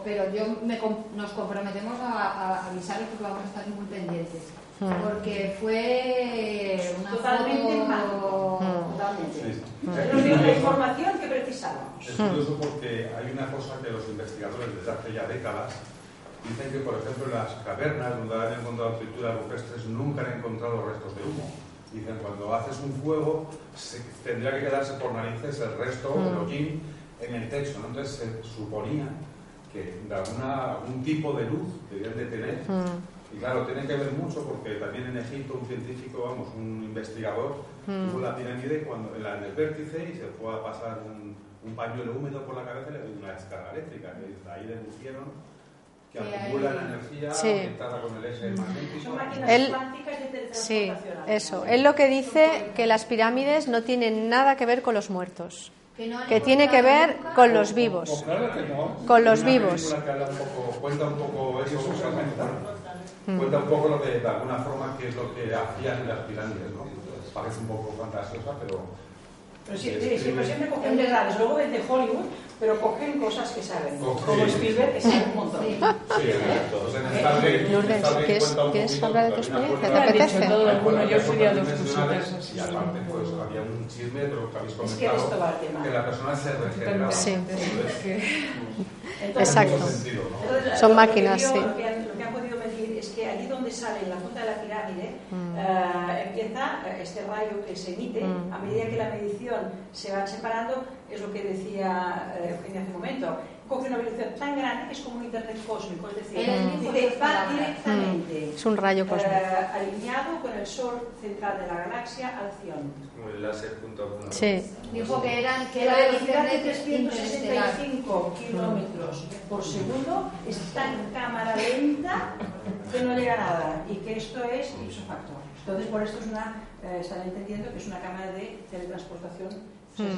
nos comprometemos a avisarles porque vamos a estar muy pendientes. Porque fue una totalmente foto... Totalmente. Nos dio la información que precisábamos. Es curioso porque hay una cosa que los investigadores desde hace ya décadas dicen que, por ejemplo, en las cavernas donde han encontrado pinturas rupestres nunca han encontrado restos de humo. Dicen, cuando haces un fuego tendría que quedarse por narices el resto del hollín en el techo, ¿no? Entonces se suponía que de algún tipo de luz debían de tener. Y claro, tiene que ver mucho porque también en Egipto un científico, un investigador, tuvo la pirámide en el vértice y se fue a pasar un pañuelo húmedo por la cabeza y le dio una descarga eléctrica. Y ahí deducieron que acumula la energía aumentada con el eje magnético. Son máquinas cuánticas de teletransportación. Sí, eso. Él lo que dice que las pirámides no tienen nada que ver con los muertos. Que tiene que ver con los vivos. Pues claro que no. Con los vivos. Que habla cuenta un poco eso, cuenta un poco lo que, de alguna forma, qué es lo que hacían en las pirámides, ¿no? Parece un poco fantasiosa, pero siempre cogen verdades. Luego ven de Hollywood, pero cogen cosas que saben. Como Spielberg, que sabe un montón. Sí, exacto. Lourdes, ¿quieres hablar de tu experiencia? ¿Te apetece? Yo fui a 2 consultas. Y aparte, pues había un chisme, pero que habéis comentado, esto va al tema. que la persona se regeneraba. Sí. Entonces, exacto. Sentido, ¿no? Entonces, son máquinas, sí. Lo que han podido medir es que allí donde sale, en la punta de la pirámide, empieza este rayo que se emite. A medida que la medición se va separando, es lo que decía Eugenia hace un momento, coge una velocidad tan grande que es como un internet cósmico, es decir, va directamente es un rayo cósmico alineado con el sol central de la galaxia Alción. Como el láser punto a punto. Sí. Dijo que la velocidad de 365 kilómetros por segundo es tan cámara lenta que no llega a nada y que esto es ipso facto. Entonces, por esto están entendiendo que es una cámara de teletransportación.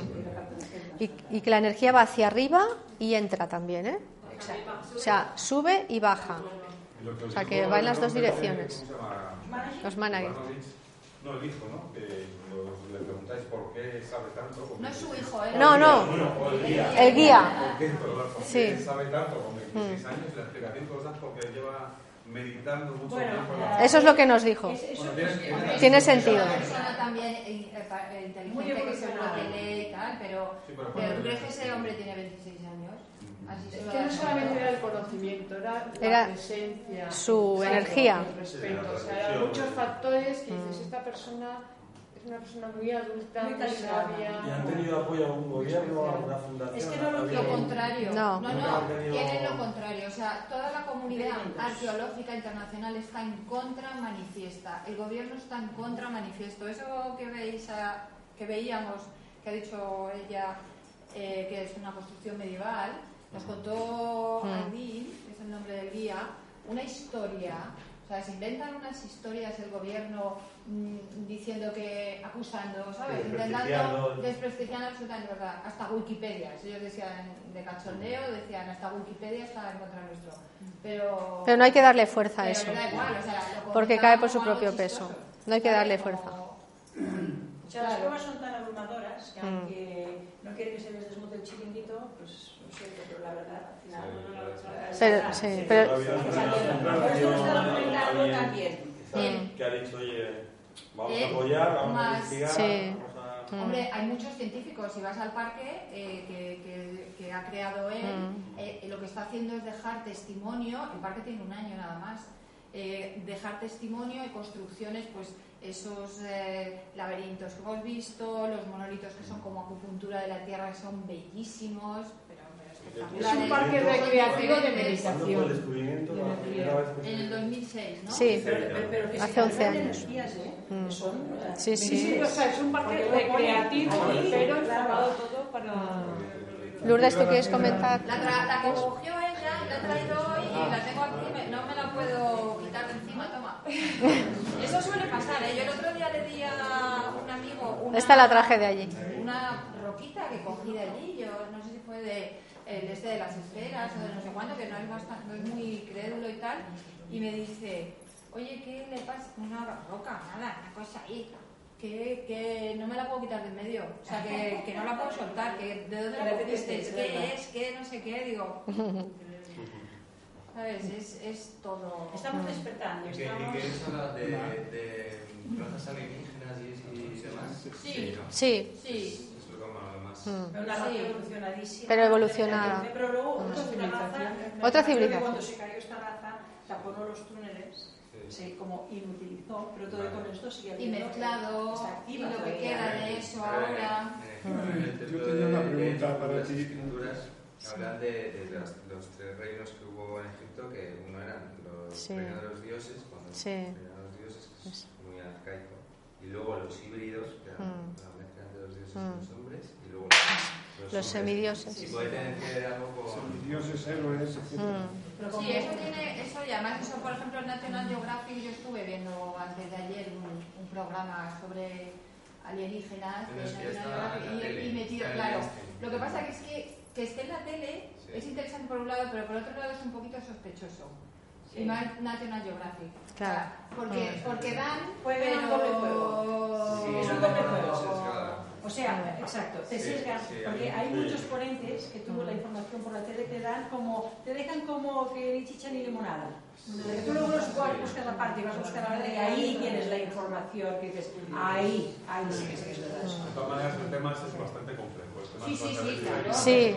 Y que la energía va hacia arriba y entra también, ¿eh? Exacto. O sea, sube y baja. O sea, que va en las 2 direcciones. Los Managui. No, el hijo, ¿no? Que le preguntáis por qué sabe tanto. No es su hijo, ¿eh? No. El guía. ¿Por qué Sí. sabe tanto con 26 años? La explicación que os das porque lleva meditando mucho tiempo. Eso es lo que nos dijo. Tiene sentido. Una persona también inteligente que seguro que lee y tal, pero creo que ese hombre tiene 26 años. Así Es que no solamente era el conocimiento, era Era la presencia, su energía. el respeto. O sea, eran muchos factores que dices, esta persona es una persona muy adulta, muy sabia. ¿Y han tenido apoyo a algún gobierno, a alguna fundación? Es que no lo contrario. No. Tienen lo contrario. O sea, toda la comunidad arqueológica internacional está en contra manifiesta. El gobierno está en contra manifiesto. Eso que veíamos, que ha dicho ella, que es una construcción medieval, nos contó Aldin, que es el nombre del guía, una historia O sea, se inventan unas historias el gobierno diciendo que, acusando, ¿sabes? Intentando desprestigiando absolutamente verdad. Hasta Wikipedia, ellos decían de cachondeo, decían hasta Wikipedia está en contra nuestro. Pero no hay que darle fuerza a eso, da igual, o sea, porque cae por su propio peso. No hay que darle fuerza. O sea, las pruebas son tan abrumadoras que aunque no quiere que se les desmonte el chiringuito, pues lo siento, pero la verdad, al final pero que ha dicho, oye, vamos a apoyar, vamos a investigar. Hombre, hay muchos científicos, si vas al parque que ha creado él, lo que está haciendo es dejar testimonio, el parque tiene 1 año nada más, dejar testimonio y construcciones, pues esos laberintos que hemos visto, los monolitos que son como acupuntura de la tierra, que son bellísimos, pero es un parque recreativo de meditación. ¿Cuándo fue el descubrimiento? En el 2006, ¿no? Sí, pero que hace 11 años. Sí, o sea, es un parque recreativo, pero enfocado todo para... Lourdes, ¿tú quieres comentar? La que cogió ella, la he traído hoy y la tengo aquí, no me la puedo quitar de encima, toma. Eso suele pasar, ¿eh? Yo el otro día le di a un amigo Esta la traje de allí. Una roquita que cogí de allí, yo no sé si fue de las esferas o de no sé cuánto, que no es muy crédulo y tal, y me dice, oye, ¿qué le pasa? Una roca, nada, una cosa ahí, que no me la puedo quitar de en medio, o sea, que no la puedo soltar, que ¿de dónde la cogiste? ¿Qué es? ¿Qué? No sé qué, digo... ¿Sabes? Es todo... Estamos despertando. ¿Y qué es hablar de razas alienígenas y demás? Sí. Es lo más... Una raza evolucionadísima. Pero evolucionada. Pero luego otra civilización. Cuando se cayó esta raza, taponó los túneles, se como inutilizó, pero todo con esto sigue habiendo... Y mezclado, y lo que queda de eso ahora... Yo tenía una pregunta para ti. Hablan de los 3 reinos que hubo en Egipto, que uno eran los reinos de los dioses, cuando eran los dioses, que es muy arcaico, y luego los híbridos, que eran la mezcla entre los dioses y los hombres, y luego los semidioses. Si puede tener que ver algo con... Semidioses, héroes, etc. Sí, eso tiene, eso y además eso, por ejemplo, en National Geographic yo estuve viendo antes de ayer un programa sobre alienígenas y metido, claro. Lo que pasa que esté en la tele es interesante por un lado, pero por otro lado es un poquito sospechoso. Y más National Geographic. Claro. Porque dan... Juegan un doble juego. Sí, es un doble juego. O sea, exacto, te sesgan, porque hay muchos ponentes que tuvo la información por la tele que te dejan como que ni chicha ni limonada. Tú luego buscas la parte y vas a buscar la verdad y ahí tienes la información que dices, ahí sí que es verdad. De todas maneras, el tema es bastante complejo. Claro. Sí.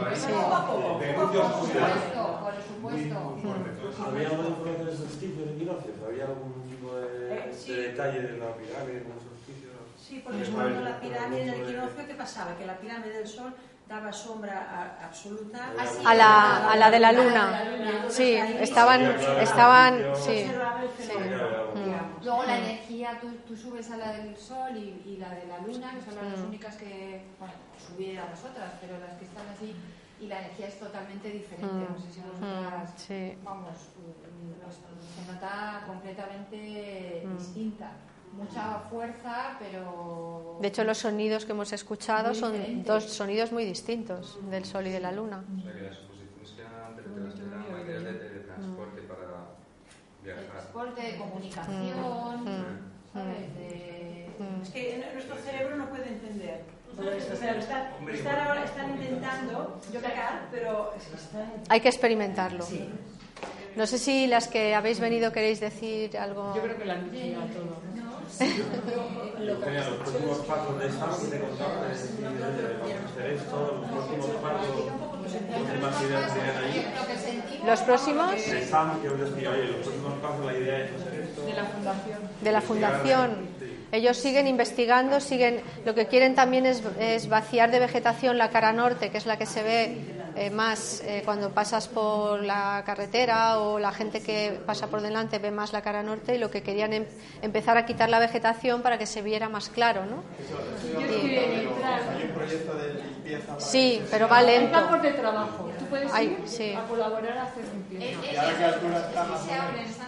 Por supuesto. ¿Había alguna información de solsticio de equinoccios? ¿Había algún tipo de detalle de la pirámide, de los solsticios? Sí, porque cuando la pirámide del equinoccio, ¿qué pasaba? Que la pirámide del Sol daba sombra absoluta a la de la luna. Sí, estaban sí. Luego la energía, tú subes a la del Sol y la de la Luna, que son las dos únicas que, bueno, subir a las otras, pero las que están así, y la energía es totalmente diferente. No sé si vosotras, vamos, se nota completamente distinta. Mucha fuerza, pero... De hecho, los sonidos que hemos escuchado son 2 sonidos muy distintos, del Sol y de la Luna. O sea, que las suposiciones que eran materiales de teletransporte para viajar. Transporte, de comunicación, ¿sabes? Es que nuestro cerebro no puede entender todo esto. O sea, ahora están intentando sacar, pero... Hay que experimentarlo. Sí. No sé si las que habéis venido queréis decir algo. Yo creo que la han dicho todo. Los próximos pasos de Sam que te contaba, vamos a hacer esto, los próximos pasos, últimas ideas que tienen ahí. ¿Los próximos? De Sam, que os decía, oye, los próximos pasos, la idea es hacer esto. De la fundación. Ellos siguen investigando, lo que quieren también es vaciar de vegetación la cara norte, que es la que se ve más cuando pasas por la carretera, o la gente que pasa por delante ve más la cara norte, y lo que querían empezar a quitar la vegetación para que se viera más claro, ¿no? Hay un proyecto de limpieza. Sí, pero va lento. Hay campos de trabajo. Tú puedes ir a colaborar a hacer limpieza. Están abiertos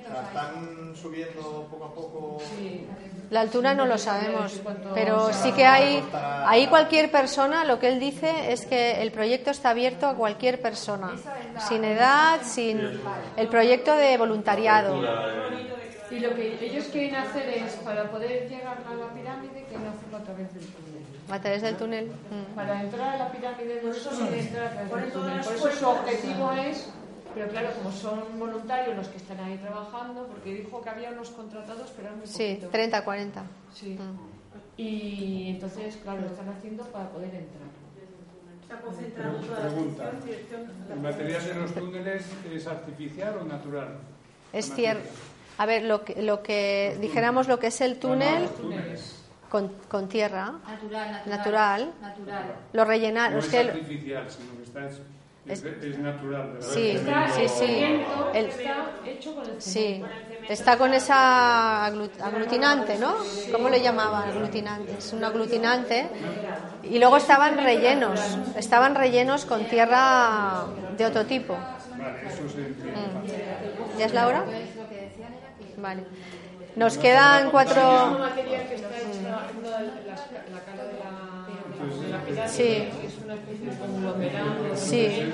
200 ¿La están subiendo poco a poco? Sí. La altura no lo sabemos, pero sí que hay. Ahí cualquier persona, lo que él dice es que el proyecto está abierto a cualquier persona, sin edad, sin. El proyecto de voluntariado. Y lo que ellos quieren hacer es, para poder llegar a la pirámide, que no hacerlo a través del túnel. A través del túnel. Para entrar a la pirámide de eso se entra a través del túnel. Por eso su objetivo es, pero claro, como son voluntarios los que están ahí trabajando, porque dijo que había unos contratados, pero eran muy poquitos. Sí, 30, 40. Sí. Y entonces, claro, lo están haciendo para poder entrar. Pregunta, ¿el material de los túneles es artificial o natural? Es tierra. A ver, lo que dijéramos lo que es el túnel con tierra natural. Lo rellenar. No es es que artificial, sino que es natural. ¿Verdad? Sí. Está hecho con el cemento. Sí, está con esa aglutinante, ¿no? ¿Cómo le llamaban? Aglutinante. Es un aglutinante. Y luego estaban rellenos con tierra de otro tipo. Vale, eso se entiende. ¿Ya es la hora? Vale. Nos quedan 4. Es material que está hecho la cara de la pirámide, Sí. que es una especie de conglomerado. Sí.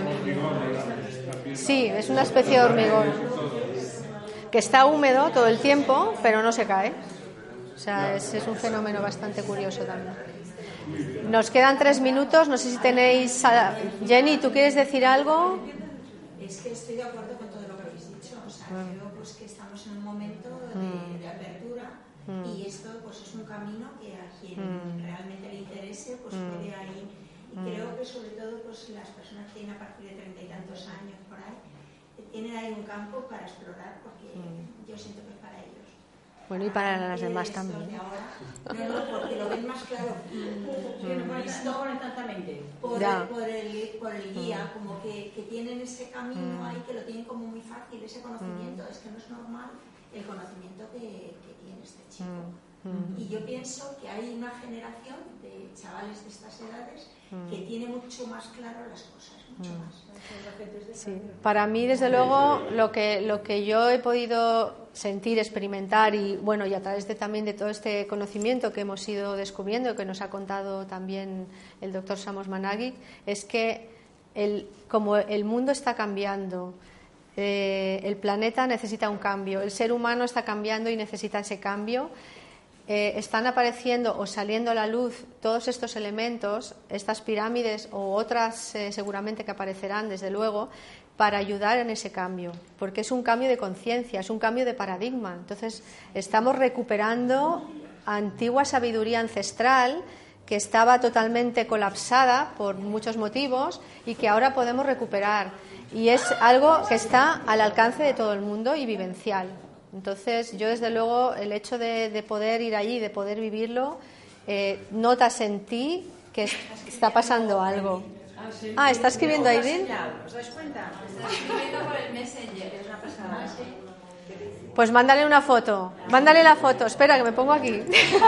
Sí, es una especie de hormigón que está húmedo todo el tiempo, pero no se cae. O sea, es un fenómeno bastante curioso también. Nos quedan 3 minutos. No sé si tenéis. Jenny, ¿tú quieres decir algo? Es que estoy de acuerdo con todo lo que habéis dicho. O sea, creo pues que estamos en un momento de apertura y esto pues es un camino que a quien realmente le interese pues puede ir. Y creo que sobre todo pues las personas que tienen a partir de 30 y tantos años por ahí tienen ahí un campo para explorar porque yo siento que es para ellos. Bueno, y para las demás también. No, porque lo ven más claro. No ponen tantamente. Por el guía, como que tienen ese camino ahí, que lo tienen como muy fácil, ese conocimiento. Es que no es normal el conocimiento que tiene este chico. Y yo pienso que hay una generación de chavales de estas edades que tiene mucho más claro las cosas, mucho más. Sí. Para mí, desde luego, lo que yo he podido sentir, experimentar y bueno, y a través también de todo este conocimiento que hemos ido descubriendo, que nos ha contado también el doctor Samos Managic, es que como el mundo está cambiando, el planeta necesita un cambio, el ser humano está cambiando y necesita ese cambio. Están apareciendo o saliendo a la luz todos estos elementos, estas pirámides o otras seguramente que aparecerán, desde luego, para ayudar en ese cambio, porque es un cambio de conciencia, es un cambio de paradigma. Entonces, estamos recuperando antigua sabiduría ancestral que estaba totalmente colapsada por muchos motivos y que ahora podemos recuperar. Y es algo que está al alcance de todo el mundo y vivencial. Entonces, yo desde luego el hecho de poder ir allí, de poder vivirlo, notas en ti que está pasando algo. ¿Está escribiendo Aidin? ¿Os dais cuenta? Está escribiendo por el Messenger. Es una pasada. Pues mándale una foto. Mándale la foto. Espera, que me pongo aquí.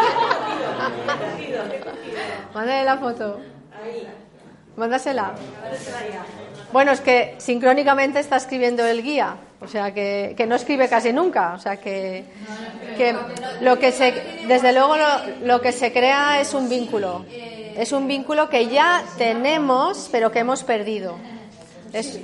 Mándale la foto. Mándasela. Bueno, es que sincrónicamente está escribiendo el guía, o sea que no escribe casi nunca, o sea que lo que desde luego lo que se crea es un vínculo que ya tenemos pero que hemos perdido. Es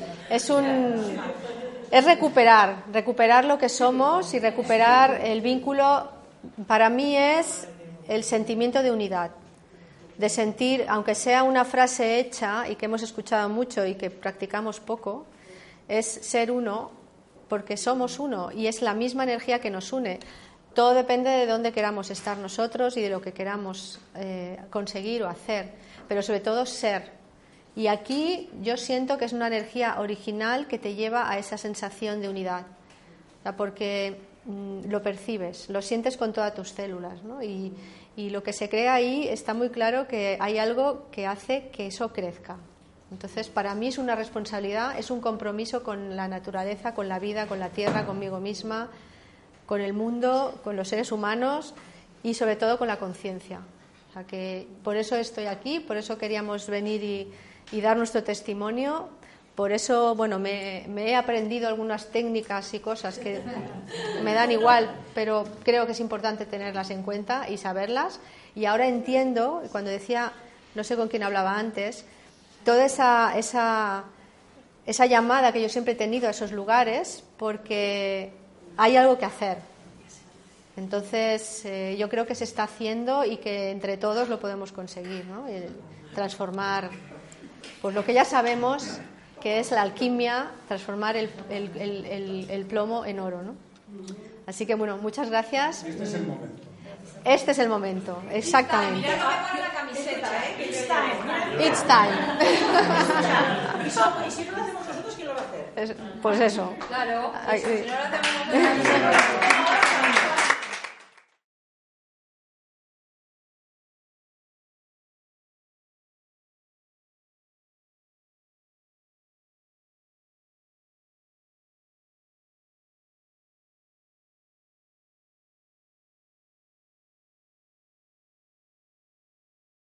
recuperar lo que somos y recuperar el vínculo. Para mí es el sentimiento de unidad. De sentir, aunque sea una frase hecha y que hemos escuchado mucho y que practicamos poco, es ser uno porque somos uno y es la misma energía que nos une. Todo depende de dónde queramos estar nosotros y de lo que queramos conseguir o hacer, pero sobre todo ser. Y aquí yo siento que es una energía original que te lleva a esa sensación de unidad, o sea, porque lo percibes, lo sientes con todas tus células, ¿no? Y lo que se crea ahí está muy claro que hay algo que hace que eso crezca. Entonces, para mí es una responsabilidad, es un compromiso con la naturaleza, con la vida, con la tierra, conmigo misma, con el mundo, con los seres humanos y sobre todo con la conciencia. O sea que por eso estoy aquí, por eso queríamos venir y dar nuestro testimonio, Por eso, bueno, me he aprendido algunas técnicas y cosas que me dan igual, pero creo que es importante tenerlas en cuenta y saberlas. Y ahora entiendo, cuando decía, no sé con quién hablaba antes, toda esa llamada que yo siempre he tenido a esos lugares, porque hay algo que hacer. Entonces, yo creo que se está haciendo y que entre todos lo podemos conseguir, ¿no? Transformar, pues lo que ya sabemos, que es la alquimia, transformar el plomo en oro, ¿no? Así que, bueno, muchas gracias. Este es el momento. Este es el momento, exactamente. Mira lo que pone la camiseta, ¿eh? It's time. It's time. Y si no lo hacemos nosotros, ¿quién lo va a hacer? Pues eso. Claro, Ay, si no lo hacemos nosotros...